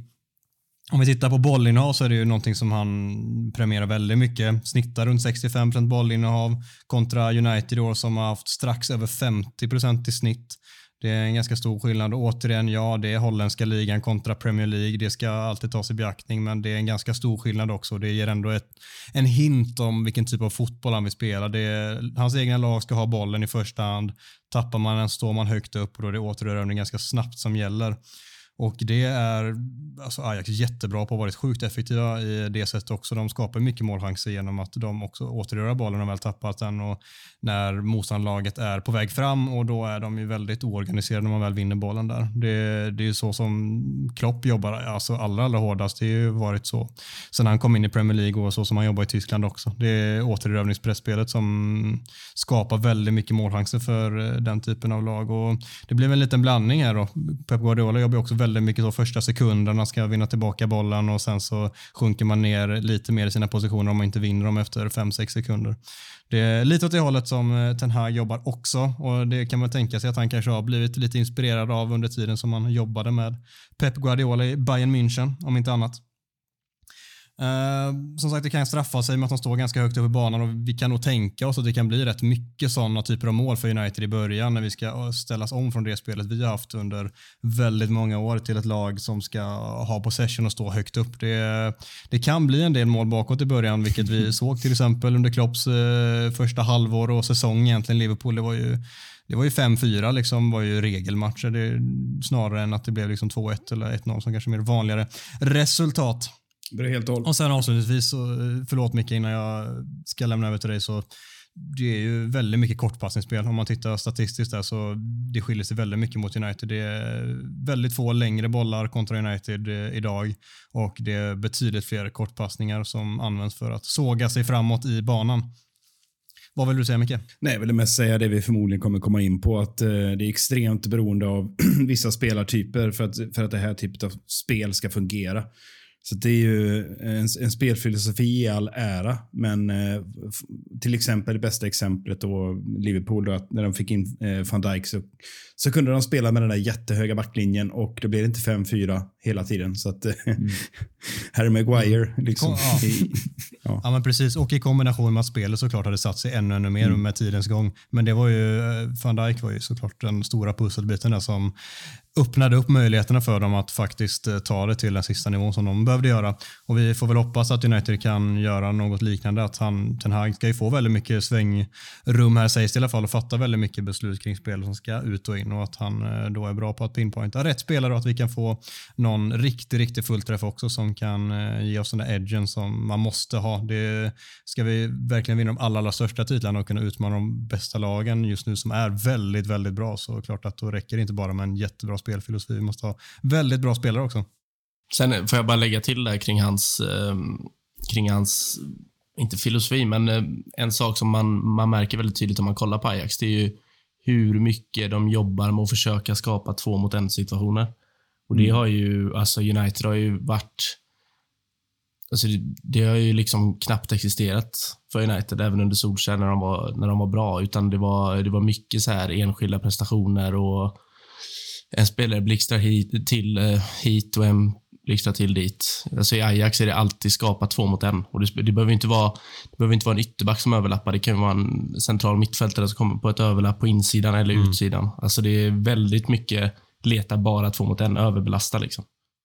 Om vi tittar på bollinnehav så är det ju någonting som han premierar väldigt mycket. Snittar runt sextiofem procent bollinnehav kontra United år som har haft strax över femtio procent i snitt. Det är en ganska stor skillnad. Och återigen, ja, det är holländska ligan kontra Premier League. Det ska alltid tas i beaktning, men det är en ganska stor skillnad också. Det ger ändå ett, en hint om vilken typ av fotboll han vill spela. Det är, hans egna lag ska ha bollen i första hand. Tappar man den står man högt upp och då är det återerövring ganska snabbt som gäller. Och det är alltså Ajax jättebra på, att varit sjukt effektiva i det sättet också. De skapar mycket målchanser genom att de också återgör bollen och väl tappat den, och när motståndarlaget är på väg fram, och då är de ju väldigt oorganiserade när man väl vinner bollen där. Det, det är ju så som Klopp jobbar, alltså allra, allra hårdast. Det har ju varit så sen han kom in i Premier League och så som han jobbar i Tyskland också. Det är återerövringspressspelet som skapar väldigt mycket målchanser för den typen av lag, och det blir en liten blandning här då. Pep Guardiola jobbar också väldigt mycket så första sekunderna ska vinna tillbaka bollen, och sen så sjunker man ner lite mer i sina positioner om man inte vinner dem efter fem sex sekunder. Det är lite åt det hållet som Ten Hag jobbar också, och det kan man tänka sig att han kanske har blivit lite inspirerad av under tiden som han jobbade med Pep Guardiola i Bayern München, om inte annat. Uh, som sagt, det kan straffa sig med att de står ganska högt upp i banan, och vi kan nog tänka oss att det kan bli rätt mycket sådana typer av mål för United i början när vi ska ställas om från det spelet vi har haft under väldigt många år till ett lag som ska ha possession och stå högt upp. Det, det kan bli en del mål bakåt i början, vilket vi såg till exempel under Klopps uh, första halvår och säsong egentligen. Liverpool, det var ju Det var ju fem fyra liksom, var ju regelmatcher, det, snarare än att det blev liksom två ett eller ett noll som kanske mer vanligare resultat. Det är helt håll. Och sen avslutningsvis, så, förlåt Micke innan jag ska lämna över till dig, så det är ju väldigt mycket kortpassningsspel. Om man tittar statistiskt där så det skiljer sig väldigt mycket mot United. Det är väldigt få längre bollar kontra United idag och det är betydligt fler kortpassningar som används för att såga sig framåt i banan. Vad vill du säga, Micke? Nej, jag vill mest säga det vi förmodligen kommer komma in på, att eh, det är extremt beroende av vissa spelartyper för att, för att det här typet av spel ska fungera. Så det är ju en, en spelfilosofi i all ära, men eh, till exempel det bästa exemplet då Liverpool då, att när de fick in eh, Van Dijk så, så kunde de spela med den där jättehöga backlinjen och då blev det inte fem fyra hela tiden. Så att eh, mm. Harry Maguire liksom. Ja. I, ja. ja men precis, och i kombination med att spelet såklart hade satt sig ännu, ännu mer mm. med tidens gång. Men det var ju, Van Dijk var ju såklart den stora pusselbiten där som öppnade upp möjligheterna för dem att faktiskt ta det till den sista nivån som de behövde göra. Och vi får väl hoppas att United kan göra något liknande, att han, Ten Hag ska ju få väldigt mycket svängrum här sägs det i alla fall och fatta väldigt mycket beslut kring spel som ska ut och in och att han då är bra på att pinpointa rätt spelare och att vi kan få någon riktigt, riktigt fullträff också som kan ge oss den där edgen som man måste ha. Det ska vi verkligen vinna de allra, allra största titlarna och kunna utmana de bästa lagen just nu som är väldigt, väldigt bra, så klart att då räcker det inte bara med en jättebra spelfilosofi. Vi måste ha väldigt bra spelare också. Sen får jag bara lägga till där kring hans, eh, kring hans inte filosofi, men eh, en sak som man, man märker väldigt tydligt om man kollar på Ajax, det är ju hur mycket de jobbar med att försöka skapa två mot en situationer. Och det Mm. har ju, alltså United har ju varit, alltså det, det har ju liksom knappt existerat för United även under Solskjaer när de var, när de var bra, utan det var, det var mycket så här enskilda prestationer och en spelare blixtrar hit, till uh, hit och en blixtrar till dit. Alltså i Ajax är det alltid skapat två mot en. Och det, det, behöver inte vara, det behöver inte vara en ytterback som överlappar. Det kan vara en central mittfältare som kommer på ett överlapp på insidan eller mm. utsidan. Alltså det är väldigt mycket leta bara två mot en, överbelasta liksom.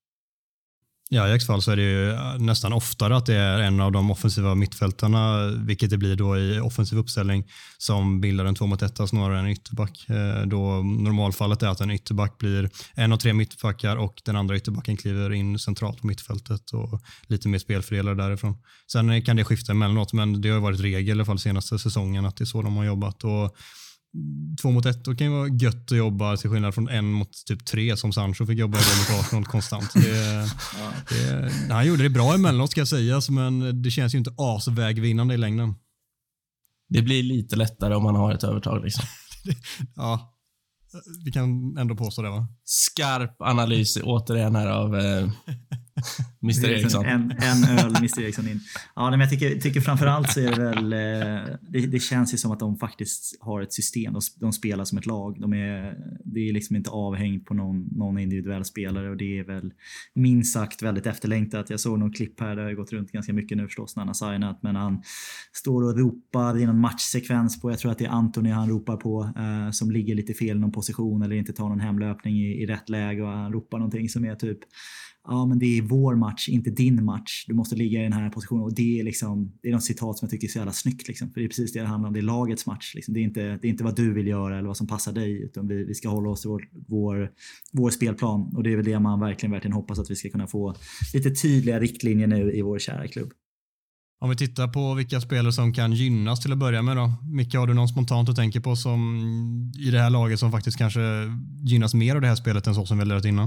I Ajax fall så är det ju nästan oftare att det är en av de offensiva mittfältarna, vilket det blir då i offensiv uppställning, som bildar en två mot ett snarare än en ytterback. Då normalfallet är att en ytterback blir en av tre mittbackar och den andra ytterbacken kliver in centralt på mittfältet och lite mer spelfördelare därifrån. Sen kan det skifta emellanåt, men det har varit regel i alla fall senaste säsongen att det är så de har jobbat. Och två mot ett, då kan det vara gött att jobba till skillnad från en mot typ tre som Sancho fick jobba mot Arsenal konstant. Det, det, han gjorde det bra emellanåt ska jag säga, men det känns ju inte asvägvinnande i längden. Det blir lite lättare om man har ett övertag liksom. Ja, vi kan ändå påstå det, va? Skarp analys återigen här av eh, mister Eriksson. En, en öl mister Eriksson in. Ja, men jag tycker, tycker framförallt så är det väl eh, det, det känns ju som att de faktiskt har ett system. De, de spelar som ett lag. De är, det är liksom inte avhängt på någon, någon individuell spelare och det är väl minst sagt väldigt efterlängtat. Jag såg någon klipp här där det har gått runt ganska mycket nu förstås när han har signat, men han står och ropar i någon matchsekvens på, jag tror att det är Antony han ropar på, eh, som ligger lite fel i någon position eller inte tar någon hemlöpning i, i rätt läge och han ropar någonting som är typ ja, men det är vår match, inte din match. Du måste ligga i den här positionen. Och det är liksom, det är något citat som jag tycker är så jävla snyggt liksom. För det är precis det det handlar om. Det är lagets match liksom. Det är inte, det är inte vad du vill göra eller vad som passar dig, utan vi, vi ska hålla oss till vår, vår, vår spelplan. Och det är väl det man verkligen, verkligen hoppas att vi ska kunna få lite tydliga riktlinjer nu i vår kära klubb. Om vi tittar på vilka spelare som kan gynnas till att börja med då. Micke, har du någon spontant att tänka på som i det här laget som faktiskt kanske gynnas mer av det här spelet än så som vi har lärt innan?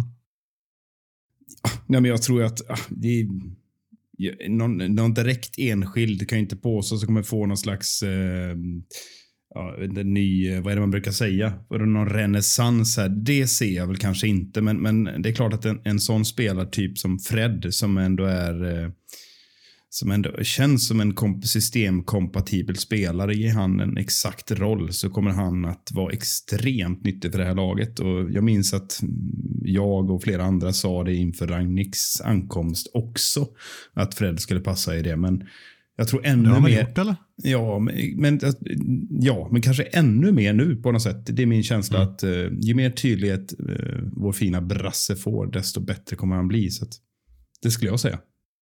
Nej, men jag tror att ah, det är, någon, någon direkt enskild kan ju inte påstå så kommer få någon slags eh, ja, en ny, vad är det man brukar säga? Var det någon renässans här? Det ser jag väl kanske inte, men, men det är klart att en, en sån spelartyp som Fred som ändå är eh, som ändå känns som en komp- systemkompatibel spelare, ger han en exakt roll så kommer han att vara extremt nyttig för det här laget. Och jag minns att jag och flera andra sa det inför Ragniks ankomst också, att Fred skulle passa i det, men jag tror ännu det har man mer gjort, eller? Ja, men, men, ja, men kanske ännu mer nu på något sätt. Det är min känsla mm. att uh, ju mer tydlighet uh, vår fina brasse får, desto bättre kommer han bli, så att, det skulle jag säga.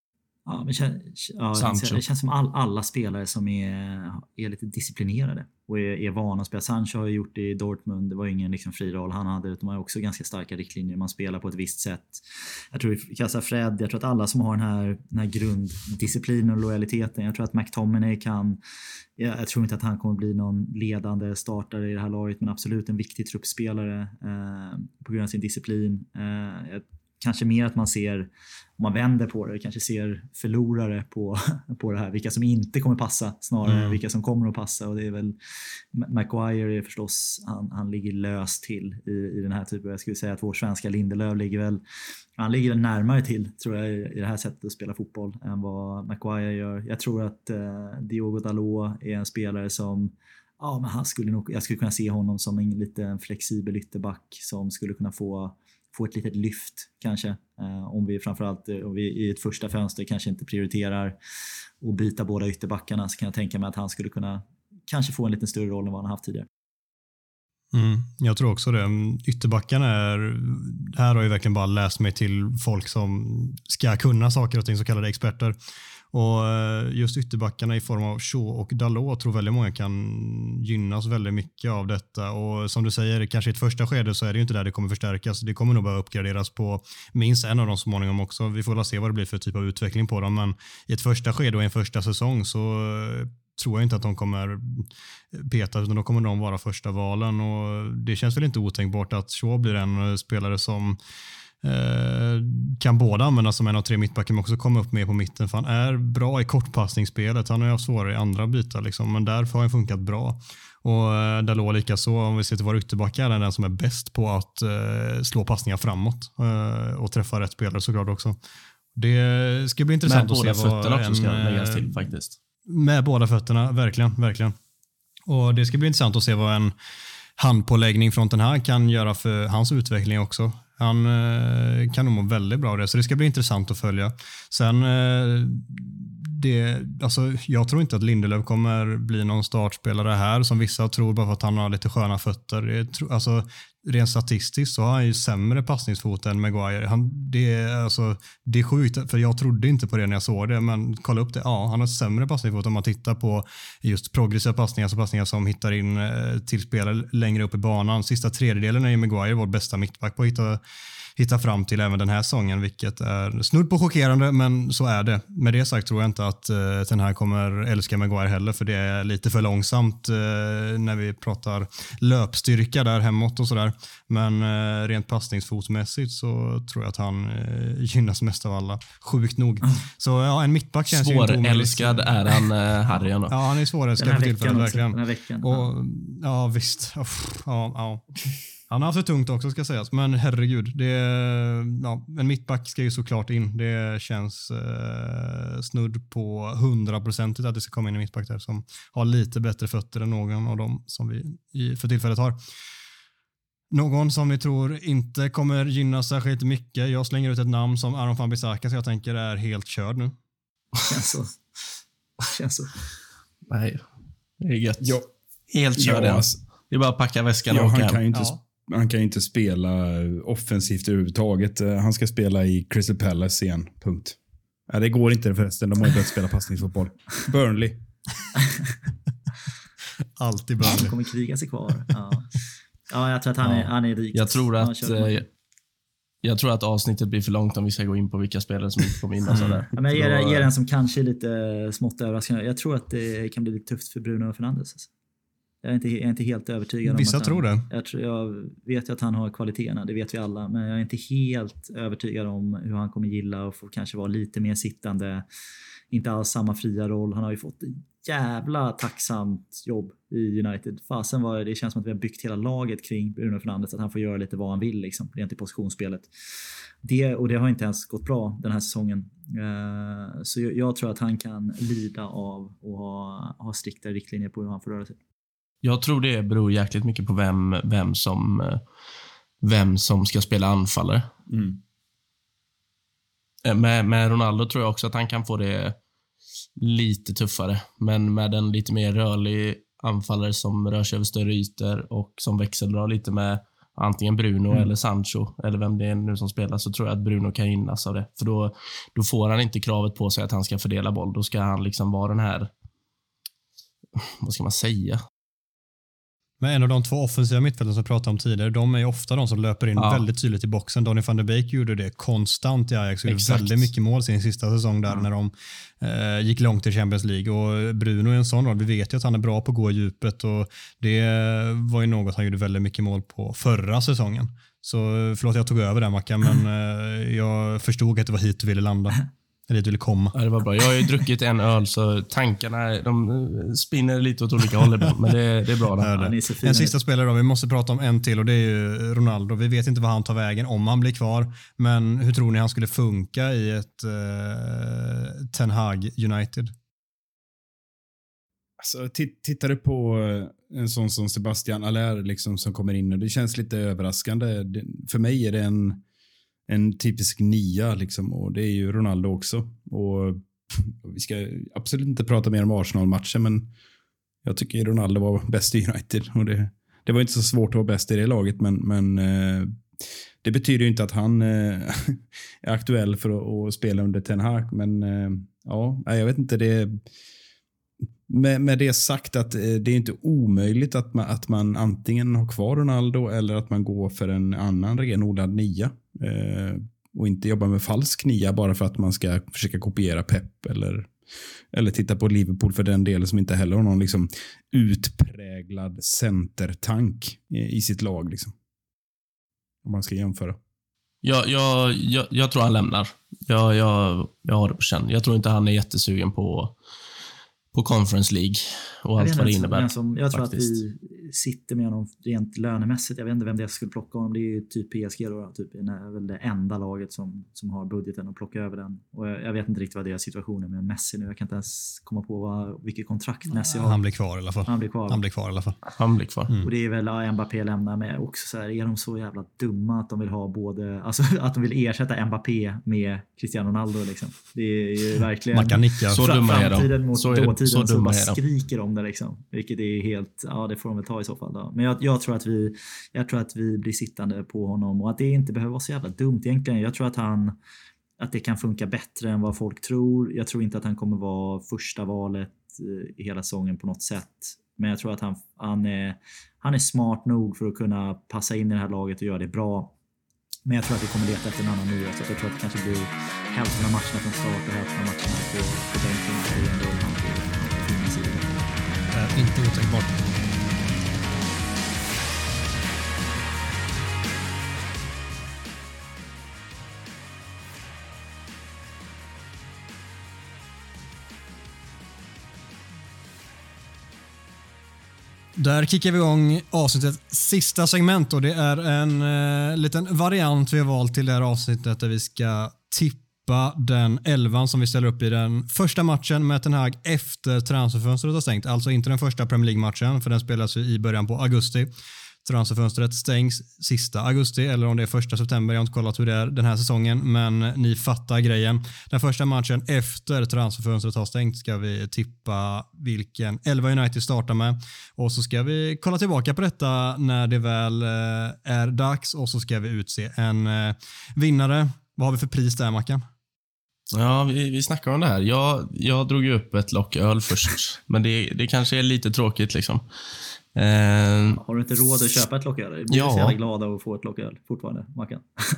Ja, men kän, ja, Sancho. det känns som all, alla spelare som är, är lite disciplinerade och är, är vana att spela. Sancho har ju gjort det i Dortmund, det var ingen liksom fri roll han hade, utan man har också ganska starka riktlinjer, man spelar på ett visst sätt. Jag tror vi kastar Fred, jag tror att alla som har den här, den här grunddisciplinen och lojaliteten, jag tror att McTominay kan, jag, jag tror inte att han kommer bli någon ledande startare i det här laget, men absolut en viktig truppspelare eh, på grund av sin disciplin. Eh, jag, Kanske mer att man ser, om man vänder på det, kanske ser förlorare på, på det här. Vilka som inte kommer passa snarare mm. än vilka som kommer att passa. Och det är väl, Maguire är förstås, han, han ligger löst till i, i den här typen. Jag skulle säga att vår svenska Lindelöf ligger väl, han ligger närmare till, tror jag, i det här sättet att spela fotboll än vad Maguire gör. Jag tror att eh, Diogo Dalot är en spelare som, ja, men han skulle nog, jag skulle kunna se honom som en lite flexibel ytterback som skulle kunna få få ett litet lyft kanske, eh, om vi framförallt om vi i ett första fönster kanske inte prioriterar att byta båda ytterbackarna, så kan jag tänka mig att han skulle kunna kanske få en lite större roll än vad han haft tidigare. Mm, jag tror också det. Ytterbackarna är, här har jag verkligen bara läst mig till folk som ska kunna saker och ting, så kallade experter. Och just ytterbackarna i form av Shaw och Dalot tror väldigt många kan gynnas väldigt mycket av detta. Och som du säger, kanske i ett första skede så är det ju inte där det kommer förstärkas. Det kommer nog bara uppgraderas på minst en av dem så småningom också. Vi får väl se vad det blir för typ av utveckling på dem. Men i ett första skede och en första säsong så tror jag inte att de kommer peta, utan då kommer de vara första valen. Och det känns väl inte otänkbart att Shaw blir en spelare som kan båda användas som en av tre mittbackar, men också komma upp med på mitten, för han är bra i kortpassningsspelet. Han har ju svårare i andra bitar liksom, men därför har han funkat bra. Och Dalot lika så, om vi ser till våra ytterbackar, är den som är bäst på att uh, slå passningar framåt uh, och träffa rätt spelare såklart också. Det ska bli intressant att se vad fötterna också en, ska läggas till faktiskt. Med båda fötterna, verkligen, verkligen. Och det ska bli intressant att se vad en handpåläggning från den här kan göra för hans utveckling också. Han eh, kan nog må väldigt bra av det, så det ska bli intressant att följa. Sen, eh, det, alltså, jag tror inte att Lindelöf kommer bli någon startspelare här, som vissa tror, bara för att han har lite sköna fötter. Det, alltså, rent statistiskt så har han ju sämre passningsfot än Maguire. Han, det, alltså, det är sjukt, för jag trodde inte på det när jag såg det, men kolla upp det. Ja, han har sämre passningsfot om man tittar på just progressiva passningar, alltså passningar som hittar in eh, till spelare längre upp i banan. Sista tredjedelen är ju Maguire vår bästa mittback på att hitta hitta fram till även den här säsongen, vilket är snudd på chockerande, men så är det. Med det sagt tror jag inte att uh, den här kommer älska Maguire heller, för det är lite för långsamt uh, när vi pratar löpstyrka där hemåt och sådär. Men uh, rent passningsfotmässigt så tror jag att han uh, gynnas mest av alla. Sjukt nog. Mm. Så ja, en mittback känns ju inte omöjligt. Svårälskad är han uh, Harry ändå. Ja, han är svårälskad för tillfället, verkligen. Den här veckan. Och, ja, visst. Uff, ja, ja. Han har haft det tungt också, ska sägas, men herregud, det, ja, en mittback ska ju såklart in. Det känns eh, snudd på hundra procent att det ska komma in en mittback där som har lite bättre fötter än någon av dem som vi i, för tillfället har. Någon som vi tror inte kommer gynna särskilt mycket. Jag slänger ut ett namn som Aaron Wan-Bissaka, så jag tänker är helt körd nu. Känns så. Känns så. Nej, det är gött. Ja. Helt körd. Ja, alltså. Det är bara att packa väskan ja, och åka han hem. kan ju inte Ja. Han kan ju inte spela offensivt överhuvudtaget. Han ska spela i Crystal Palace igen. Punkt. Ja, det går inte förresten. De har ju börjat spela passningsfotboll. Burnley. Alltid Burnley. Han kommer kriga sig kvar. Ja, ja jag tror att han är, Ja. han är rikt. Jag tror att Ja, eh, jag tror att avsnittet blir för långt om vi ska gå in på vilka spelare som inte kommer in och sådär. Ja, men jag ger, Då, ger den som kanske är lite smått överraskande. Jag tror att det kan bli lite tufft för Bruno Fernandes. Alltså. Jag är, inte, jag är inte helt övertygad. Vissa om att tror han, det. Jag, tror, jag vet ju att han har kvaliteterna, det vet vi alla. Men jag är inte helt övertygad om hur han kommer gilla och få kanske vara lite mer sittande. Inte alls samma fria roll. Han har ju fått ett jävla tacksamt jobb i United. Fasen var det känns som att vi har byggt hela laget kring Bruno Fernandes. Att han får göra lite vad han vill liksom, rent i positionsspelet. Det, och det har inte ens gått bra den här säsongen. Uh, så jag, jag tror att han kan lida av att ha, ha strikta riktlinjer på hur han får röra sig. Jag tror det beror jäkligt mycket på vem, vem, som, vem som ska spela anfallare. Mm. Med, med Ronaldo tror jag också att han kan få det lite tuffare. Men med en lite mer rörlig anfallare som rör sig över större ytor och som växeldrar lite med antingen Bruno Mm. eller Sancho, eller vem det är nu som spelar, så tror jag att Bruno kan gynnas av det. För då, då får han inte kravet på sig att han ska fördela boll. Då ska han liksom vara den här, vad ska man säga? Men en av de två offensiva mittfälten som jag pratade om tidigare, de är ju ofta de som löper in Ja. väldigt tydligt i boxen. Donny van de Beek gjorde det konstant i Ajax. Gjorde Exakt. väldigt mycket mål sin sista säsong där Ja. när de eh, gick långt i Champions League. Och Bruno är en sån roll. Vi vet ju att han är bra på att gå i djupet och det var ju något han gjorde väldigt mycket mål på förra säsongen. Så förlåt jag tog över den Mackan, men eh, jag förstod att det var hit du ville landa. Eller hit du ville komma. Ja, det var bra. Jag har ju druckit en öl så tankarna de spinner lite åt olika håll ibland, men det, det är bra. Ja, Där. Ja, ni är så fina. En sista spelare då, vi måste prata om en till och det är ju Ronaldo. Vi vet inte vad han tar vägen om han blir kvar, men hur tror ni han skulle funka i ett eh, Ten Hag United? Alltså, t- tittar du på eh, en sån som Sebastian Aller liksom, som kommer in och det känns lite överraskande. Det, för mig är det en, en typisk nia liksom, och det är ju Ronaldo också. Och vi ska absolut inte prata mer om Arsenal-matchen, men jag tycker Ronaldo var bäst i United och det, det var inte så svårt att vara bäst i det laget, men, men eh, det betyder ju inte att han eh, är aktuell för att, att spela under Ten Hag, men eh, ja, jag vet inte, det Med, med det sagt att eh, det är inte omöjligt att man, att man antingen har kvar Ronaldo eller att man går för en annan renodlad nia eh, och inte jobbar med falsk nia bara för att man ska försöka kopiera Pep eller, eller titta på Liverpool för den delen som inte heller har någon liksom utpräglad centertank i, i sitt lag liksom. Om man ska jämföra. Jag, jag, jag, jag tror han lämnar. Jag, jag, jag har det på känn. Jag tror inte han är jättesugen på på Conference League och allt vad det innebär. Som, jag tror faktiskt. att vi sitter med honom rent lönemässigt. Jag vet inte vem det skulle plocka honom. Det är ju typ P S G då. Typ, det är väl det enda laget som, som har budgeten att plocka över den. Och jag, jag vet inte riktigt vad deras situation är med Messi nu. Jag kan inte ens komma på vad, vilket kontrakt Messi har. Han blir kvar i alla fall. Han blir kvar. Han blir kvar i alla fall. Han blir kvar. Mm. Och det är väl ja, Mbappé lämnar med också så här, är de så jävla dumma att de vill ha både, alltså att de vill ersätta Mbappé med Cristiano Ronaldo liksom. Det är ju verkligen Man kan nicka. Så fra- dumma är de. framtiden mot Så är- dåtiden så så, dumma bara är de. skriker om det liksom. Vilket är helt, ja det får de väl ta i så fall då. Men jag, jag tror att vi jag tror att vi blir sittande på honom och att det inte behöver vara så jävla dumt egentligen. Jag tror att han att det kan funka bättre än vad folk tror. Jag tror inte att han kommer vara första valet i hela säsongen på något sätt. Men jag tror att han, han, är, han är smart nog för att kunna passa in i det här laget och göra det bra. Men jag tror att vi kommer leta efter en annan nya. Så jag tror att det kanske blir hälften av matcherna från start och hälften av matcherna på, på bänken. Så är det ändå han på, på fina sidan. Är inte otänkbart. Där kickar vi igång avsnittets sista segment och det är en eh, liten variant vi har valt till det här avsnittet där vi ska tippa den elvan som vi ställer upp i den första matchen med Ten Hag efter transferfönstret har stängt. Alltså inte den första Premier League-matchen för den spelas ju i början på augusti. Transferfönstret stängs sista augusti eller om det är första september. Jag har inte kollat hur det är den här säsongen, men ni fattar grejen. Den första matchen efter transferfönstret har stängt ska vi tippa vilken elva United startar med och så ska vi kolla tillbaka på detta när det väl är dags och så ska vi utse en vinnare. Vad har vi för pris där, Mackan? Ja, vi, vi snackar om det här. Jag, jag drog ju upp ett lock öl först, men det, det kanske är lite tråkigt liksom. Eh, Har du inte råd att köpa ett locköl? Jag blir Ja. så jävla glad av att få ett locköl fortfarande, Mackan.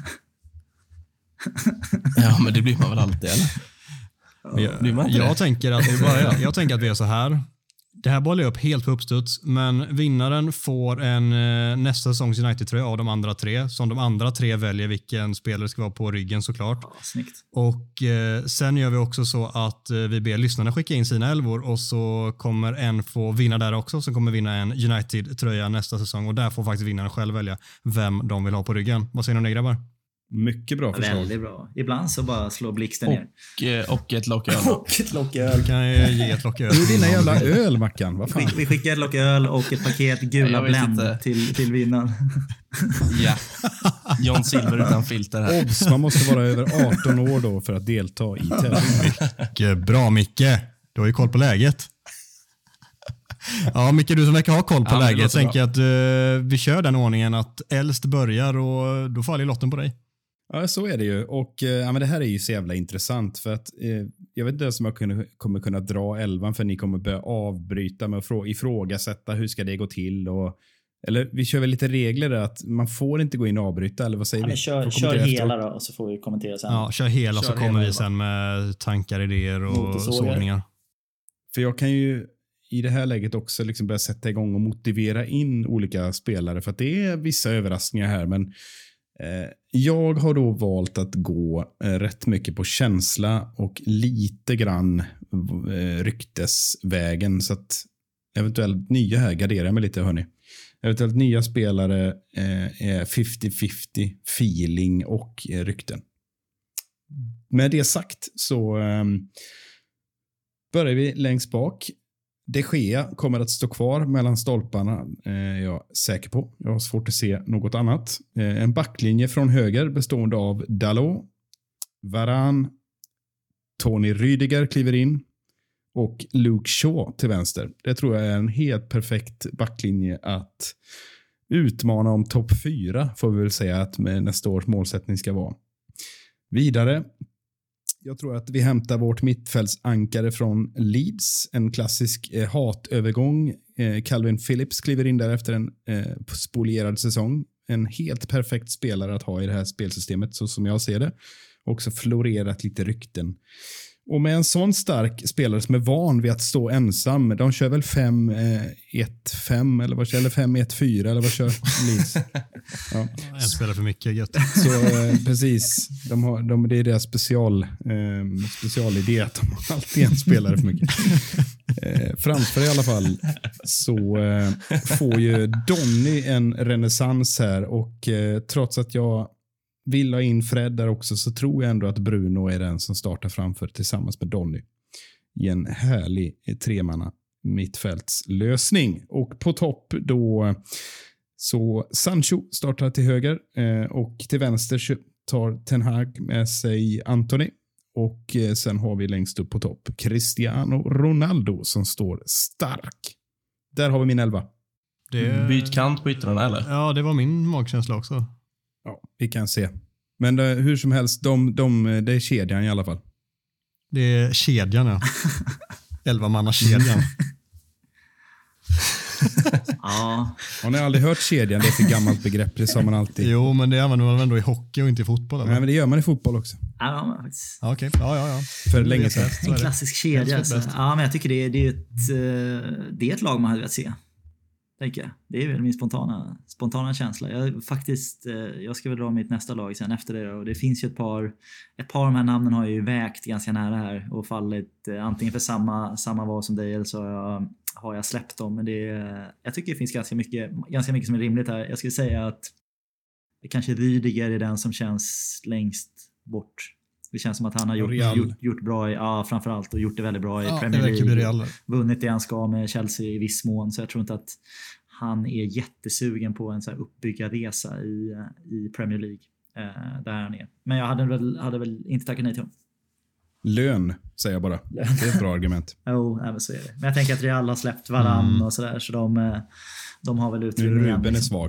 ja, men det blir man väl alltid, eller? Jag, blir man inte jag, det? tänker att, jag tänker att vi är så här. Det här bollar jag upp helt på uppstuds, men vinnaren får en eh, nästa säsongs United-tröja av de andra tre. Som de andra tre väljer vilken spelare ska vara på ryggen såklart. Ja, snyggt. Och eh, sen gör vi också så att eh, vi ber lyssnarna skicka in sina elvor och så kommer en få vinna där också som kommer vinna en United-tröja nästa säsong och där får faktiskt vinnaren själv välja vem de vill ha på ryggen. Vad säger ni om det, grabbar? Mycket bra förslag. Väldigt bra. Ibland så bara slår blixten ner. Och, eh, och ett lock öl. Och ett locköl. Du kan ju ge ett lock öl. Du är dina jävla öl, Mackan. Vad fan? Vi, vi skickar ett locköl och ett paket gula Jag vet Blend inte. till, till vinnaren. Ja. John Silver utan filter här. Obs, man måste vara över arton år då för att delta i tävlingen. Mycket bra, Micke. Du har ju koll på läget. Ja, Micke, du som verkar ha koll på Ja, läget. Tänker att uh, vi kör den ordningen att äldst börjar och då faller lotten på dig. Ja, så är det ju. Och eh, ja, men det här är ju så jävla intressant för att eh, jag vet inte ens om jag kunde, kommer kunna dra elvan för ni kommer börja avbryta med att frå- ifrågasätta hur ska det gå till och eller vi kör väl lite regler där att man får inte gå in och avbryta eller vad säger Ja, vi? men kör Får kör kommentera hela efteråt. då och så får vi kommentera sen. Ja, kör hela Kör så kommer hela, vi va? sen med tankar, idéer och Motorsågar. sågningar. För jag kan ju i det här läget också liksom börja sätta igång och motivera in olika spelare för att det är vissa överraskningar här men eh, jag har då valt att gå eh, rätt mycket på känsla och lite grann eh, ryktesvägen så att eventuellt nya här garderar jag mig lite hörni. Eventuellt nya spelare eh, är femtio femtio feeling och eh, rykten. Med det sagt så eh, börjar vi längst bak. De Gea kommer att stå kvar mellan stolparna, eh, jag är säker på. Jag har svårt att se något annat. Eh, en backlinje från höger bestående av Dalot, Varane, Tony Rüdiger kliver in och Luke Shaw till vänster. Det tror jag är en helt perfekt backlinje att utmana om topp fyra får vi väl säga att med nästa års målsättning ska vara. Vidare, jag tror att vi hämtar vårt mittfältsankare från Leeds. En klassisk eh, hatövergång. Eh, Calvin Phillips kliver in där efter en eh, spolierad säsong. En helt perfekt spelare att ha i det här spelsystemet så som jag ser det. Också florerat lite rykten. Och med en sån stark spelare som är van vid att stå ensam, de kör väl fem ett fem eller vad kör, eller fem ett fyra eller vad kör Leeds? Ja. En spelar för mycket, gött. Så eh, precis, de har, de, det är deras special, eh, specialidé att de har alltid en spelare för mycket. Eh, framför i alla fall så eh, får ju Donny en renässans här och eh, trots att jag vill ha in Fred där också så tror jag ändå att Bruno är den som startar framför tillsammans med Donny i en härlig tremanna mittfältslösning. Och på topp då så Sancho startar till höger eh, och till vänster tar Ten Hag med sig Anthony och eh, sen har vi längst upp på topp Cristiano Ronaldo som står stark. Där har vi min elva. Det... Byt kant på yttrarna eller? Ja, det var min magkänsla också. Ja, vi kan se. Men det, hur som helst, de, de, det är kedjan i alla fall. Det är kedjan, ja. Elva-manna-kedjan. Ja. Har ni aldrig hört kedjan? Det är för gammalt begrepp, det sa man alltid. Jo, men det använder man ändå i hockey och inte i fotboll. Eller? Nej, men det gör man i fotboll också. Ja, men faktiskt. Ja, okej. Ja, ja, ja. För länge sedan. Så är En det. klassisk kedja. Bäst. Alltså. Ja, men jag tycker det är, det är, ett, eh, det är ett lag man hade velat se. Tänker jag. Det är väl min spontana, spontana känsla. Jag, faktiskt, eh, jag ska väl dra mitt nästa lag sen efter det. Och det finns ju ett par, ett par av de här namnen har ju vägt ganska nära här och fallit eh, antingen för samma, samma val som dig eller så har jag, har jag släppt dem. Men det är, jag tycker det finns ganska mycket, ganska mycket som är rimligt här. Jag skulle säga att det kanske Rüdiger är den som känns längst bort. Det känns som att han har gjort, gjort, gjort bra i, ja, framförallt och gjort det väldigt bra i Ja, Premier det verkar bli League. Real. Vunnit det han ska med Chelsea i viss mån, så jag tror inte att han är jättesugen på en så här uppbyggarresa i, i Premier League eh, där han är. Men jag hade väl, hade väl inte tackat nej till honom. Lön, säger jag bara. Det är ett bra argument. Jo, oh, även så är det. Men jag tänker att Real har släppt Varane Mm. och sådär, så de, eh, de har väl Nu utrymme igen. Ruben är liksom. svag.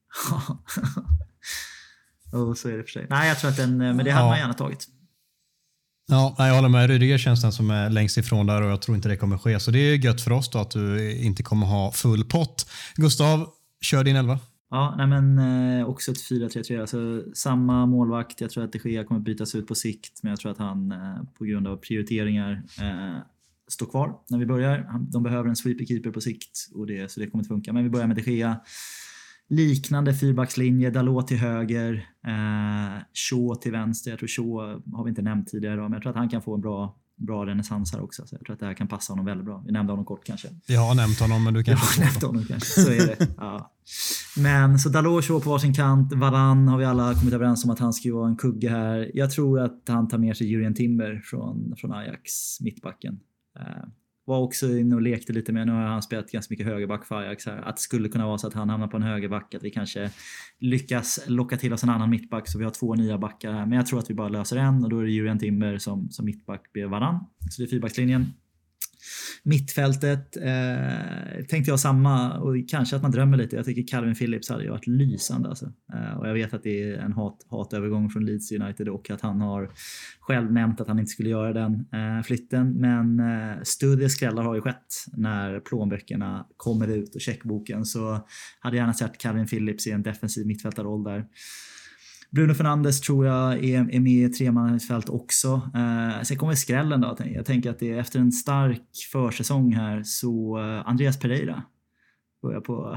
oh, så är det för sig. Nej, jag tror att den, men det hade Ja. man gärna tagit. Ja, jag håller med. Rüdiger känns den som är längst ifrån där och jag tror inte det kommer ske. Så det är gött för oss då att du inte kommer ha full pott. Gustav, kör din elva. Ja, nej men eh, också ett fyra tre tre. Alltså, samma målvakt. Jag tror att De Gea kommer bytas ut på sikt. Men jag tror att han eh, på grund av prioriteringar eh, står kvar när vi börjar. Han, de behöver en sweeper-keeper på sikt. Och det, så det kommer inte funka. Men vi börjar med De Gea. Liknande fyrbackslinje. Dalot till höger. Eh, Shaw till vänster. Jag tror Shaw har vi inte nämnt tidigare. Då, men jag tror att han kan få en bra, bra renässans här också. Så jag tror att det här kan passa honom väldigt bra. Vi nämnde honom kort kanske. Jag har nämnt honom men du kanske Ja, honom kanske. Så är det. Ja. Men så Dalot och Shaw på varsin kant. Varane har vi alla kommit överens om att han ska vara en kugge här. Jag tror att han tar med sig Jurien Timber från, från Ajax, mittbacken. Uh, var också inne och lekte lite med. Nu har han spelat ganska mycket högerback för Ajax här. Att det skulle kunna vara så att han hamnar på en högerback. Att vi kanske lyckas locka till oss en annan mittback. Så vi har två nya backar här. Men jag tror att vi bara löser en. Och då är det Jurien Timber som, som mittback bredvid Varane. Så det är fyrbackslinjen. Mittfältet eh, tänkte jag samma, och kanske att man drömmer lite. Jag tycker Calvin Phillips hade ju varit lysande alltså. eh, och jag vet att det är en hat, hatövergång från Leeds United och att han har själv nämnt att han inte skulle göra den eh, flytten, men eh, större skrällar har ju skett när plånböckerna kommer ut och checkboken, så hade jag gärna sett Calvin Phillips i en defensiv mittfältarroll där. Bruno Fernandes tror jag är, är med i tremannamittfält också. Eh, sen kommer skrällen då. Jag tänker att det är efter en stark försäsong här, så eh, Andreas Pereira börjar på...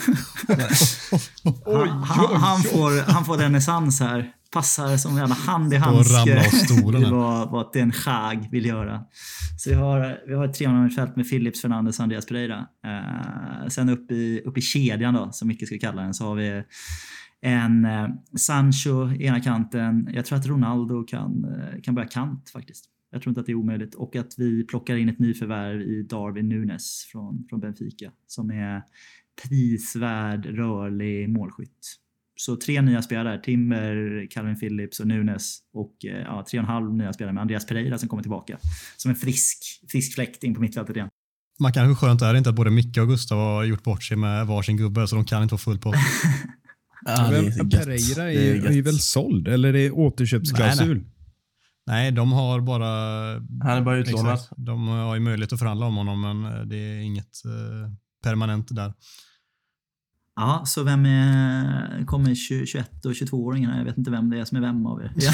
han, han, han, får, han får renässans här. Passar som jävla hand i handske. Det var vad Ten Hag vill göra. Så vi har, vi har ett tremannamittfält med Phillips, Fernandes och Andreas Pereira. Eh, sen upp i, upp i kedjan då, som mycket ska kalla den, så har vi en eh, Sancho ena kanten. Jag tror att Ronaldo kan, eh, kan börja kant faktiskt. Jag tror inte att det är omöjligt. Och att vi plockar in ett nyförvärv i Darwin Núñez från, från Benfica, som är prisvärd rörlig målskytt. Så tre nya spelare, Timber, Calvin Phillips och Núñez, och eh, ja, tre och en halv nya spelare med Andreas Pereira som kommer tillbaka som en frisk, frisk fläkt in på mittfältet igen. Man kan, hur skönt är det inte att både Micke och Gustav har gjort bort sig med varsin gubbe, så de kan inte vara full på. Ja, men Pereira är, är, är, är väl såld, eller är det återköpsklausul? Nej, nej. nej, de har bara... Han är bara utlånad. De har ju möjlighet att förhandla om honom, men det är inget eh, permanent där. Ja, så vem är, kommer tjugoett och tjugotvå-åringarna? Jag vet inte vem det är som är vem av er. Ja.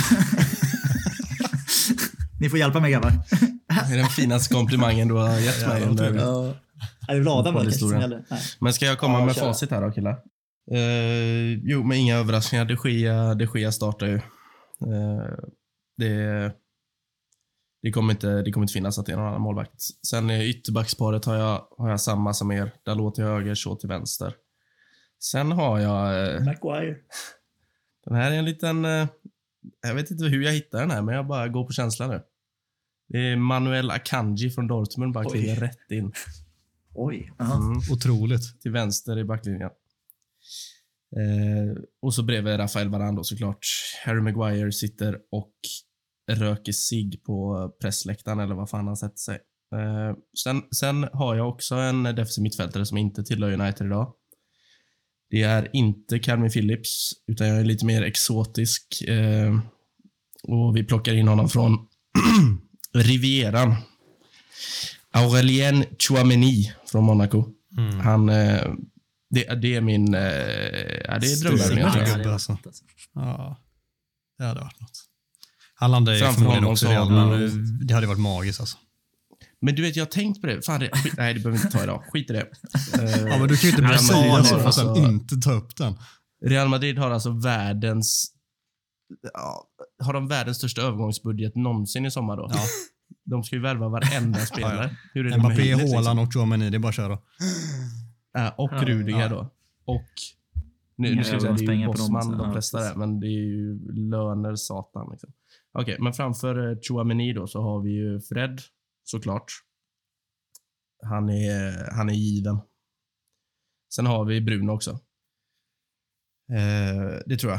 Ni får hjälpa mig, grabbar. Det är den finaste komplimangen du har gett mig. Ja, ja. Är det Vlada var det som gäller? Men ska jag komma ja, med kör. facit här då, killar? Uh, jo, men inga överraskningar. De Gea, De Gea startar ju. Uh, det, det, kommer inte, det kommer inte finnas att det är någon annan målvakt. Sen i ytterbacksparet har jag, har jag samma som er. Dalot till höger, så till vänster. Sen har jag... Uh, Maguire. Den här är en liten... Uh, jag vet inte hur jag hittar den här, men jag bara går på känslan nu. Det är Manuel Akanji från Dortmund, bara kliver rätt in. Oj, mm. Otroligt. Till vänster i backlinjen. Eh, och så bredvid Rafael Varane då, såklart. Harry Maguire sitter och röker sig på pressläktaren, eller vad fan han sätter sig. Eh, sen, sen har jag också en defensiv mittfältare som inte tillhör United idag. Det är inte Calvin Phillips, utan jag är lite mer exotisk. Eh, och vi plockar in honom från Rivieran. Aurélien Tchouameni från Monaco. Mm. Han... Eh, Det, det är min... Eh, ja, det är drömvärvning. Alltså. Ja, det hade varit något. Han landade ju förmodligen också redan, men det hade varit magiskt alltså. Men du vet, jag har tänkt på det. Fan, det skit, nej, det behöver vi inte ta idag. Skit i det. Uh, ja, men du kan ju inte börja säga så och sen inte ta upp den. Real Madrid har alltså världens... Ja, har de världens största övergångsbudget någonsin i sommar då? Ja. De ska ju värva varenda spelare. Ja, ja. Hur är det Mbappé, Haaland liksom? Och Tchouameni, det är bara att köra. Uh, och ja, Rudiger ja. då. Och nu, nu ska jag säga, det är ju Bosman de flesta där, men det är ju löner satan liksom. Okej, okay, men framför uh, Tchouameni då så har vi ju Fred, såklart. Han är, han är given. Sen har vi Bruno också. Uh, det tror jag.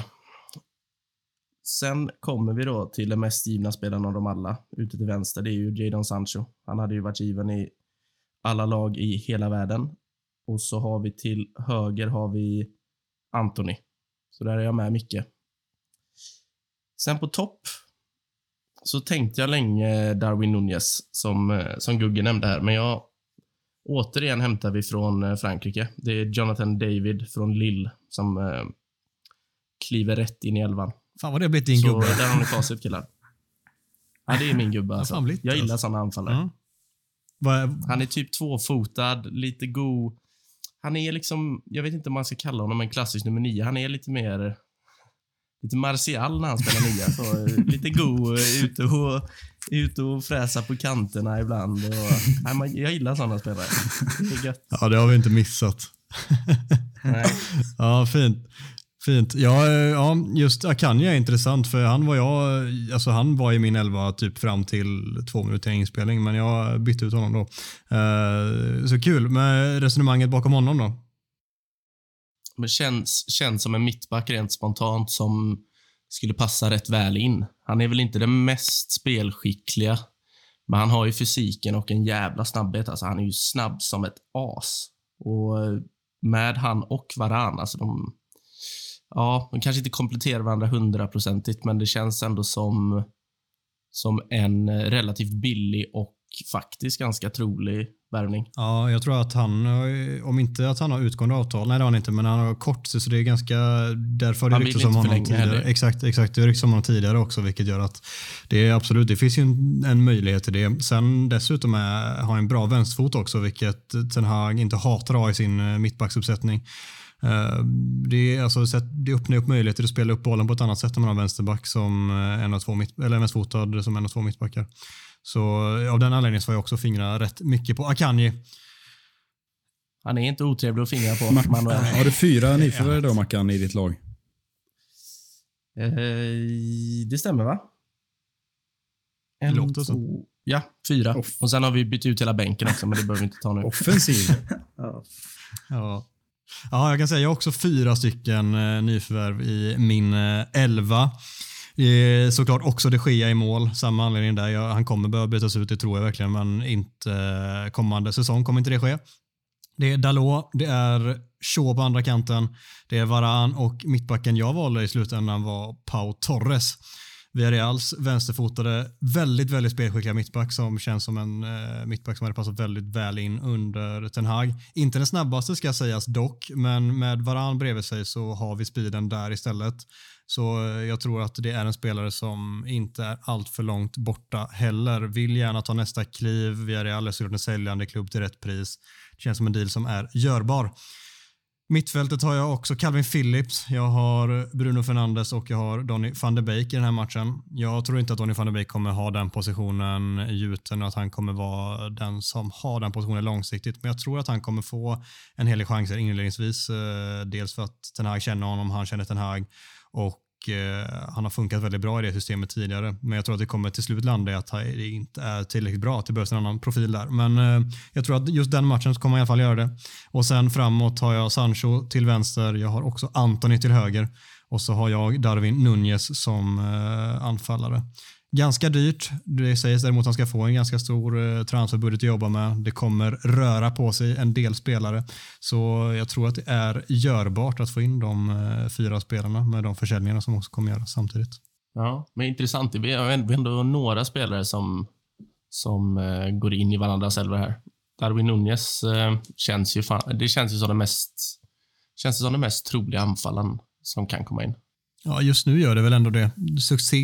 Sen kommer vi då till den mest givna spelaren av dem alla, ute till vänster. Det är ju Jadon Sancho. Han hade ju varit given i alla lag i hela världen. Och så har vi till höger har vi Anthony. Så där är jag med mycket. Sen på topp så tänkte jag länge Darwin Núñez som, som Gugge nämnde här. Men jag återigen hämtar vi från Frankrike. Det är Jonathan David från Lille som eh, kliver rätt in i elvan. Fan vad det har blivit din så gubbe. Så där har ni facit, killar. Ja, det är min gubbe alltså. Jag gillar sådana anfallare. Mm. Han är typ tvåfotad, lite god. Han är liksom, jag vet inte om man ska kalla honom en klassisk nummer nio. Han är lite mer, lite Martial när han spelar nia. Så lite god, ute och, ute och fräsa på kanterna ibland. Och, nej, man, jag gillar sådana spelare. Det är gött. Ja, det har vi inte missat. Nej. Ja, fint. Fint. Ja, ja, just Akanji är intressant för han var jag, alltså han var i min elva typ fram till två minuter inspelning, men jag bytte ut honom då. Uh, så kul med resonemanget bakom honom då. Men känns, känns som en mittback rent spontant som skulle passa rätt väl in. Han är väl inte den mest spelskickliga, Men han har ju fysiken och en jävla snabbhet. Alltså han är ju snabb som ett as. Och med han och Varane, alltså de, ja, de kanske inte kompletterar varandra hundraprocentigt, men det känns ändå som, som en relativt billig och faktiskt ganska trolig värvning. Ja, jag tror att han, om inte att han har utgående avtal, nej det har han inte, men han har kort, så det är ganska, därför det ryktas om honom tidigare. Heller. Exakt, exakt, det ryktas om honom tidigare också, vilket gör att det är absolut, det finns ju en, en möjlighet till det. Sen dessutom är, har en bra vänsterfot också, vilket Ten Hag inte hatar att ha i sin mittbacksuppsättning. Uh, det, är, alltså, det öppnar upp möjligheter att spela upp bollen på ett annat sätt om man har vänsterback som en av två mitt, eller vänsterfotad som en av två mittbackar. Så av den anledningen så var jag också fingra rätt mycket på Akanji. Han är inte otrevlig att fingra på. Manuel. Har du fyra nyförvärv då, Mackan, i ditt lag? Eh, det stämmer, va? En, låter så. två, ja, fyra. Off. Och sen har vi bytt ut hela bänken också, men det behöver vi inte ta nu. Offensiv. ja. ja. Ja, jag kan säga jag har också fyra stycken eh, nyförvärv i min eh, elva. Eh, såklart också det sker i mål, samma anledning där. Jag, han kommer behöva bytas ut, det tror jag verkligen, men inte eh, kommande säsong kommer inte det ske. Det är Dalot, det är Shaw på andra kanten, det är Varane och mittbacken jag valde i slutändan var Pau Torres. Villarreals vänsterfotade, väldigt, väldigt spelskickliga mittback som känns som en eh, mittback som hade passat väldigt väl in under Ten Hag. Inte den snabbaste ska sägas dock, men med Varane bredvid sig så har vi speeden där istället. Så eh, jag tror att det är en spelare som inte är allt för långt borta heller. Vill gärna ta nästa kliv. Villarreal är såklart en säljande klubb till rätt pris. Det känns som en deal som är görbar. Mittfältet har jag också Calvin Phillips, jag har Bruno Fernandes och jag har Donny van de Beek i den här matchen. Jag tror inte att Donny van de Beek kommer ha den positionen gjuten och att han kommer vara den som har den positionen långsiktigt. Men jag tror att han kommer få en hel del chanser inledningsvis. Dels för att Ten Hag känner honom, han känner Ten Hag och han har funkat väldigt bra i det systemet tidigare. Men jag tror att det kommer till slut landa i att det inte är tillräckligt bra. Att det behövs en annan profil där. Men eh, jag tror att just den matchen så kommer jag i alla fall göra det. Och sen framåt har jag Sancho till vänster. Jag har också Antony till höger. Och så har jag Darwin Nunez som eh, anfallare. Ganska dyrt. Det sägs däremot att han ska få en ganska stor eh, transferbudget att jobba med. Det kommer röra på sig en del spelare. Så jag tror att det är görbart att få in de eh, fyra spelarna med de försäljningarna som också kommer göra samtidigt. Ja, men intressant. Vi har ändå några spelare som, som eh, går in i varandras elva här. Darwin Nunez eh, känns ju fan, det känns ju som den mest känns som den mest troliga anfallen som kan komma in. Ja, just nu gör det väl ändå det. Succé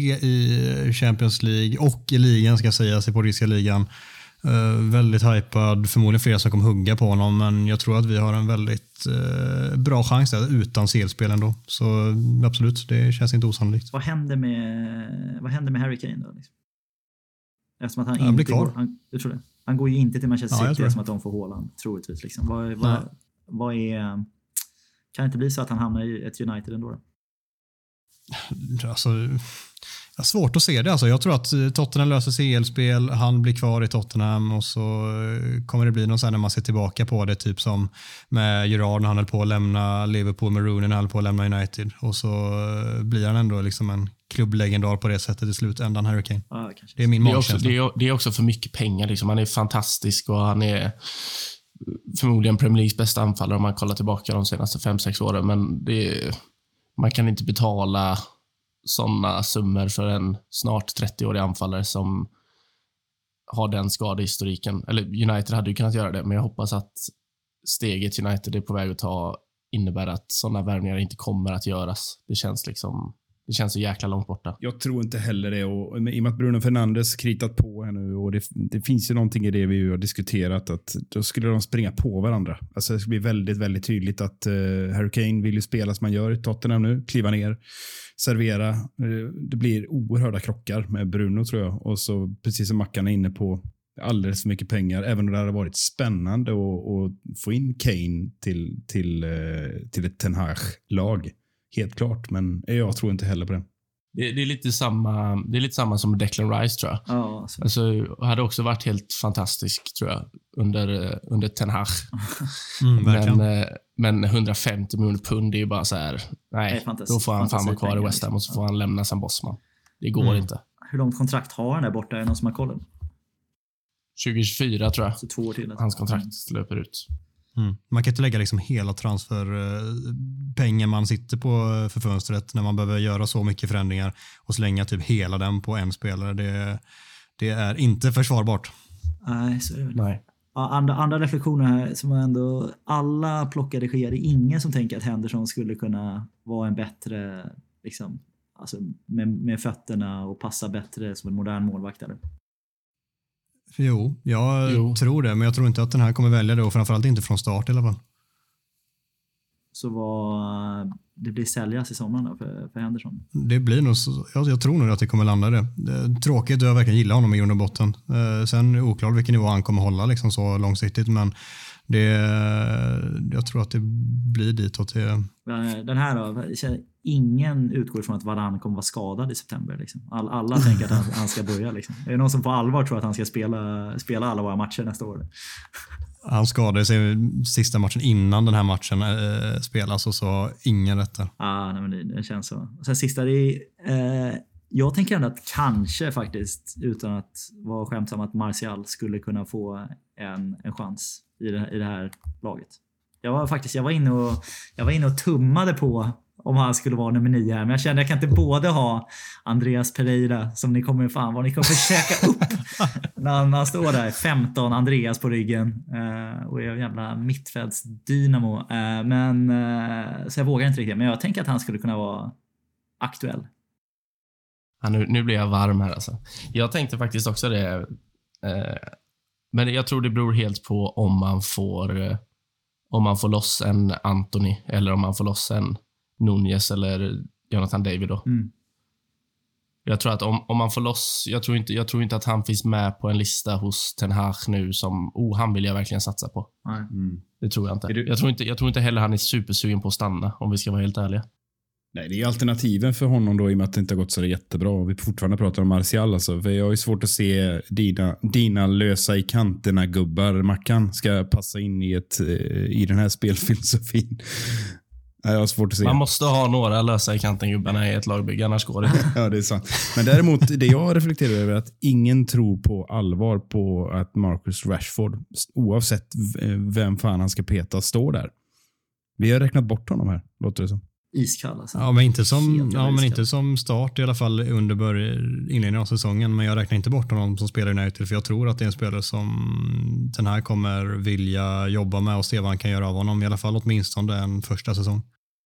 i Champions League och i ligan ska sägas, i portugisiska ligan. Uh, väldigt hypad, förmodligen flera som kommer hugga på honom, men jag tror att vi har en väldigt uh, bra chans där utan C L-spel ändå. Så absolut, det känns inte osannolikt. Vad händer med, vad händer med Harry Kane då? Liksom? Eftersom att han, han inte blir kvar. Går, han, du tror det? Han går ju inte till Manchester ja, City eftersom att de får Haaland, troligtvis. Liksom. Vad, vad, vad är, kan det inte bli så att han hamnar i ett United ändå då? Alltså, jag har svårt att se det. Alltså, jag tror att Tottenham löser C L-spel, han blir kvar i Tottenham och så kommer det bli någon sån när man ser tillbaka på det, typ som med Gerrard när han höll på att lämna Liverpool, med Rooney när han höll på att lämna United, och så blir han ändå liksom en klubblegendar på det sättet i slutändan, Harry Kane. Ah, det är min det är, också, magkänsla. det, är, det är också för mycket pengar liksom. Han är fantastisk och han är förmodligen Premier Leagues bästa anfallare om man kollar tillbaka de senaste fem sex åren, men det är, man kan inte betala sådana summor för en snart trettio-årig anfallare som har den skadehistoriken. Eller United hade ju kunnat göra det, men jag hoppas att steget United är på väg att ta innebär att sådana värvningar inte kommer att göras. Det känns liksom Det känns så jäkla långt borta. Jag tror inte heller det. Och i och med att Bruno Fernandes kritat på här nu, och det, det finns ju någonting i det vi har diskuterat, att då skulle de springa på varandra. Alltså det skulle bli väldigt, väldigt tydligt att uh, Harry Kane vill ju spela som man gör i Tottenham nu. Kliva ner, servera. Uh, det blir oerhörda krockar med Bruno, tror jag. Och så, precis som Mackan är inne på, alldeles för mycket pengar. Även om det hade varit spännande att få in Kane till, till, uh, till ett Ten Hag-lag. Helt klart, men jag tror inte heller på det. Det, det, är lite samma, det är lite samma som Declan Rice, tror jag. Ja, så. Alltså, hade också varit helt fantastisk, tror jag, under, under Ten Hag. Mm, men, men hundrafemtio miljoner pund, det är ju bara så här, nej, då får han fan vara kvar i West Ham och så får han lämna som bossman. Det går mm. inte. Hur långt kontrakt har han där borta? Är det någon som har kollat? tjugo tjugofyra tror jag. Så två år till. Hans kontrakt löper ut. Mm. Man kan inte lägga liksom hela transferpengar man sitter på för fönstret när man behöver göra så mycket förändringar och slänga typ hela den på en spelare. Det, det är inte försvarbart. Nej, så är det väl. Nej. Ja, andra, andra reflektioner här som ändå alla plockade sker. Det är ingen som tänker att Henderson skulle kunna vara en bättre liksom, alltså med, med fötterna och passa bättre som en modern målvakt eller? Jo, jag Jo. tror det, men jag tror inte att den här kommer välja det och framförallt inte från start i alla fall. Så vad det blir säljas i sommar då för, för Henderson? Det blir nog så, jag, jag tror nog att det kommer landa i det. det är tråkigt, jag verkligen gillar honom i grund och botten. Eh, sen är det oklart vilken nivå han kommer hålla liksom så långsiktigt, men det, jag tror att det blir ditåt. Det. Den här då, ingen utgår från att Varane kommer vara skadad i september. Liksom. All, alla tänker att han, han ska börja. Liksom. Är det någon som på allvar tror att han ska spela, spela alla våra matcher nästa år? Han skadade sig sista matchen innan den här matchen eh, spelas och så ingen rätta. Ah, nej, men det, det känns så. Och sen sista, det är, eh, jag tänker ändå att kanske faktiskt, utan att vara skämtsam, att Martial skulle kunna få en, en chans i det, i det här laget. Jag var faktiskt jag var inne och jag var inne och tummade på om han skulle vara nummer nio här, men jag kände att jag kan inte både ha Andreas Pereira som ni kommer fan vad ni kommer försöka upp när han, när han står där femton Andreas på ryggen eh, och är en jävla mittfältsdynamo eh, men eh, så jag vågar inte riktigt, men jag tänker att han skulle kunna vara aktuell. Ja, nu, nu blir jag varm här alltså. Jag tänkte faktiskt också det eh, men jag tror det beror helt på om man får eh, om man får loss en Anthony eller om man får loss en Nunez eller Jonathan David då. Mm. Jag tror att om, om man får loss, jag tror, inte, jag tror inte att han finns med på en lista hos Ten Hag nu som, oh, han vill jag verkligen satsa på. Mm. Det tror jag inte. Jag tror inte. Jag tror inte heller han är supersugen på att stanna, om vi ska vara helt ärliga. Nej, det är alternativen för honom då i och med att det inte har gått så jättebra. Vi fortfarande pratar om Martial alltså. För jag har ju svårt att se dina, dina lösa i kanterna gubbar Mackan ska passa in i, ett, i den här spelfilosofin. Jag har svårt att se. Man måste ha några lösa i kanten gubbarna i ett lagbygge, annars går det. Ja, det är sant. Men däremot, det jag reflekterar över är att ingen tror på allvar på att Marcus Rashford, oavsett vem fan han ska peta, står där. Vi har räknat bort honom här, låter det som. Iskall alltså. Ja, men inte som, ja, men inte som start i alla fall under inledningen av säsongen, men jag räknar inte bort honom som spelar i United, för jag tror att det är en spelare som den här kommer vilja jobba med och se vad han kan göra av honom, i alla fall åtminstone en första säsong.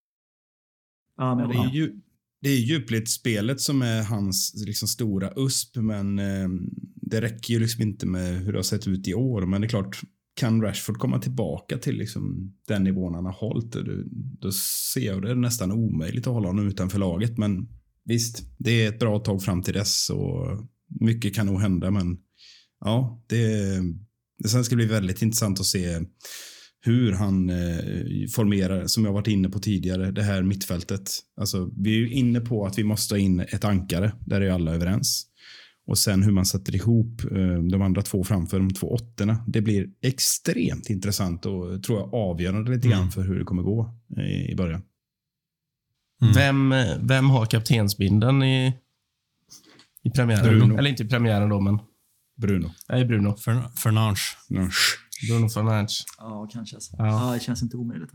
Ja, men det är ju det är djupledsspelet som är hans liksom stora usp, men eh, det räcker ju liksom inte med hur det har sett ut i år, men det är klart, kan Rashford komma tillbaka till liksom den nivån han har hållit, då, då ser jag det nästan omöjligt att hålla honom utanför laget. Men visst, det är ett bra tag fram till dess och mycket kan nog hända, men ja, det, det sen ska bli väldigt intressant att se hur han eh, formerar, som jag varit inne på tidigare, det här mittfältet. Alltså, vi är ju inne på att vi måste ha in ett ankare, där är alla överens. Och sen hur man sätter ihop eh, de andra två framför de två åttorna. Det blir extremt intressant och tror jag avgörande lite grann mm. för hur det kommer gå i, i början. Mm. Vem, vem har kaptensbindeln i, i premiären? Bruno. Eller inte i premiären då, men... Bruno. Nej, Bruno. Fernandes. Bruno Fernandes. Ja, kanske. Alltså. Ja. Ja, det känns inte omöjligt.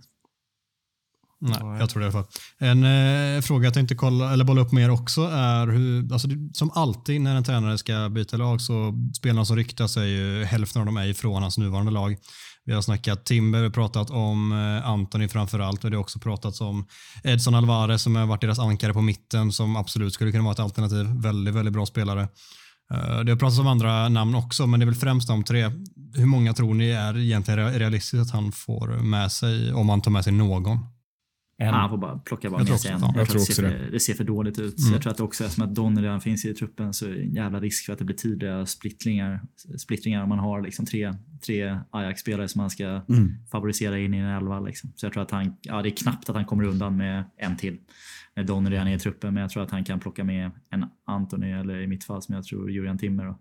Nej, jag tror det i alla fall. En eh, fråga jag tänkte kolla, eller bolla upp med er också är hur, alltså det, som alltid när en tränare ska byta lag så spelarna som ryktar sig ju, hälften av dem är ifrån hans nuvarande lag. Vi har snackat Timber, vi har pratat om eh, Anthony framförallt, och det har också pratats om Edson Alvarez som har varit deras ankare på mitten som absolut skulle kunna vara ett alternativ. Väldigt, väldigt bra spelare. Uh, det har pratats om andra namn också, men det är väl främst de tre. Hur många tror ni är egentligen realistiskt att han får med sig, om han tar med sig någon? En. Han får bara plocka bara jag med sig en. Jag, jag tror också också det. det. För, det ser för dåligt ut. Mm. Jag tror att också eftersom att Donny redan finns i truppen så är det en jävla risk för att det blir tydliga splittringar. Splittringar om man har liksom tre, tre Ajax-spelare som man ska mm. favorisera in i en elva. Liksom. Så jag tror att han, ja, det är knappt att han kommer undan med en till. När Donny redan är i truppen, men jag tror att han kan plocka med en Anthony eller i mitt fall som jag tror Julian Timmer. Då.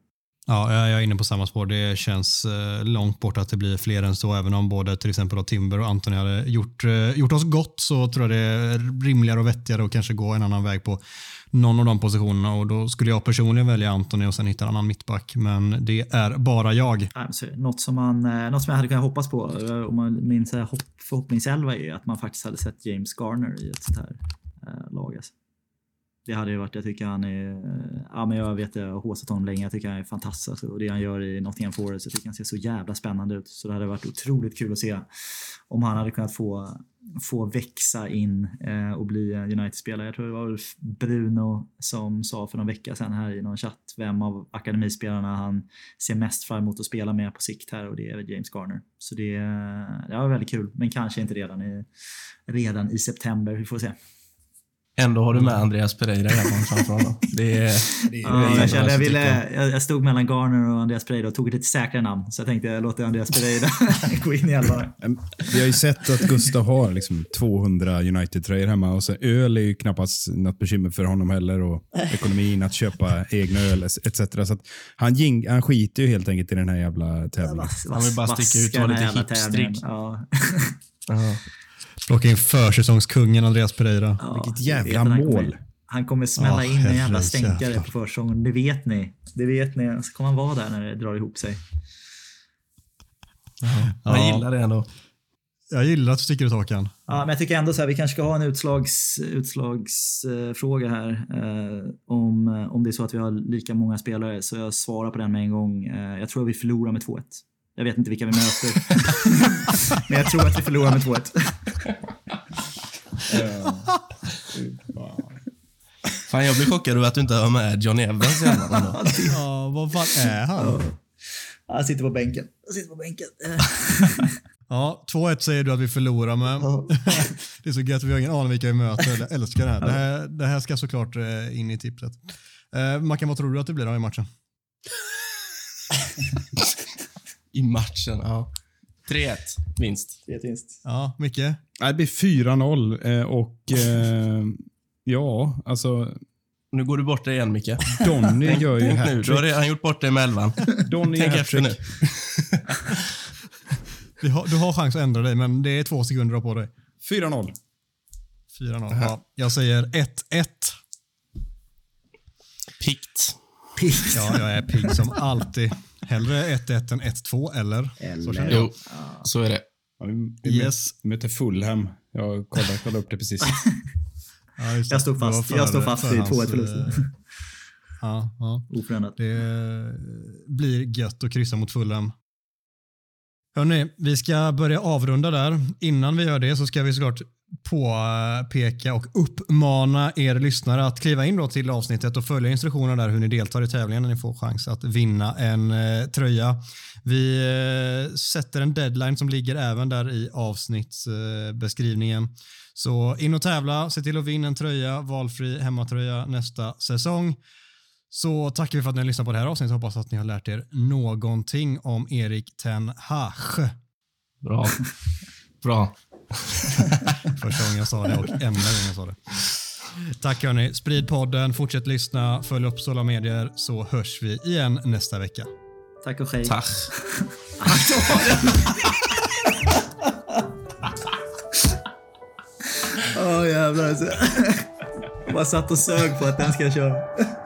Ja, jag är inne på samma spår. Det känns eh, långt bort att det blir fler än så. Även om både till exempel Timber och Anthony hade gjort, eh, gjort oss gott, så tror jag det är rimligare och vettigare att kanske gå en annan väg på någon av de positionerna. Och då skulle jag personligen välja Anthony och sen hitta en annan mittback. Men det är bara jag. Något som, man, något som jag hade kunnat hoppas på, om man minns hopp, förhoppningselva, är att man faktiskt hade sett James Garner i ett sånt här eh, lag. Alltså. Det hade ju varit, jag tycker han är, ja men jag vet, jag har håsat honom länge, jag tycker han är fantastisk, och det han gör i Nottingham Forest, jag tycker han ser så jävla spännande ut, så det hade varit otroligt kul att se om han hade kunnat få, få växa in eh, och bli United-spelare. Jag tror det var Bruno som sa för någon vecka sedan här i någon chatt vem av akademispelarna han ser mest fram emot att spela med på sikt här, och det är James Garner. Så det, det var väldigt kul, men kanske inte redan i, redan i september, vi får se. Ändå har du med Andreas Pereira här framför honom. Det är, det är ja, jag, kände, jag, ville, jag, jag stod mellan Garner och Andreas Pereira och tog ett lite säkrare namn. Så jag tänkte jag låter Andreas Pereira gå in i elva. Vi har ju sett att Gustav har liksom tvåhundra United-tröjor hemma. Och så öl är ju knappast något bekymmer för honom heller. Och ekonomin, att köpa egna öl et cetera. Så att han, ging, han skiter ju helt enkelt i den här jävla tävlingen. Han vill bara sticka ut och vara lite hipstrig. Ja. Plocka in försäsongskungen Andreas Pereira. Ja, vilket jävla han mål. Kommer, han kommer smälla ja, in en jävla stänkare jävla. på försäsongen. Det vet ni. Det vet ni. Så kommer han vara där när det drar ihop sig. Ja, jag ja. gillar det ändå. Jag gillar att du sticker ut hakan. Ja, men jag tycker ändå så här, vi kanske ska ha en utslags, utslagsfråga här. Eh, om, om det är så att vi har lika många spelare, så jag svarar på den med en gång. Eh, jag tror att vi förlorar med två ett. Jag vet inte vilka vi möter. Men jag tror att vi förlorar med två ett. Fan, jag blir chockad över att du inte har med Johnny Evans igen. Ja, vad fan är han? Ja, han sitter på bänken. Han sitter på bänken. Ja, två ett säger du att vi förlorar med. Det är så gött, vi har ingen aning vilka vi möter. Jag älskar det här. Det här, det här ska såklart in i tipset. Eh, Mackan, vad tror du att det blir då i matchen? I matchen, ja. tre ett vinst. tre ett vinst. Ja, Micke? Det blir fyra noll och eh, ja, alltså... Nu går du bort dig igen, Micke. Donny gör ju nu, då har han gjort bort dig med elvan. Donny Tänk efter nu. Du har, du har chans att ändra dig, men det är två sekunder på dig. fyra noll. fyra noll. Ja, jag säger ett ett. Pikt. Pikt. Ja, jag är pigg som alltid. Hellre ett ett än ett två, eller? eller? Så känner jag. Jo, så är det. Ja, vi, vi Yes. möter Fulham. Jag kollade, kollade upp det precis. Ja, just det. Jag stod fast, För- jag stod fast för i hans, två ett förlust. eh, Ja, ja. Oförändrat. Det blir gött att kryssa mot Fulham. Hörrni, vi ska börja avrunda där. Innan vi gör det så ska vi såklart påpeka och uppmana er lyssnare att kliva in då till avsnittet och följa instruktionerna där hur ni deltar i tävlingen när ni får chans att vinna en eh, tröja. Vi eh, sätter en deadline som ligger även där i avsnittsbeskrivningen. Eh, så in och tävla, se till att vinna en tröja, valfri hemmatröja nästa säsong. Så tackar vi för att ni har lyssnat på det här avsnittet. Hoppas att ni har lärt er någonting om Erik ten Hag. Bra. Bra. Första gången jag sa det och enda gången jag sa det. Tack hörni. Sprid podden, fortsätt lyssna, följ upp sociala medier så hörs vi igen nästa vecka. Tack och hej. Tack. Åh oh, jävlar alltså. Jag bara satt och sög på att den ska jag köra.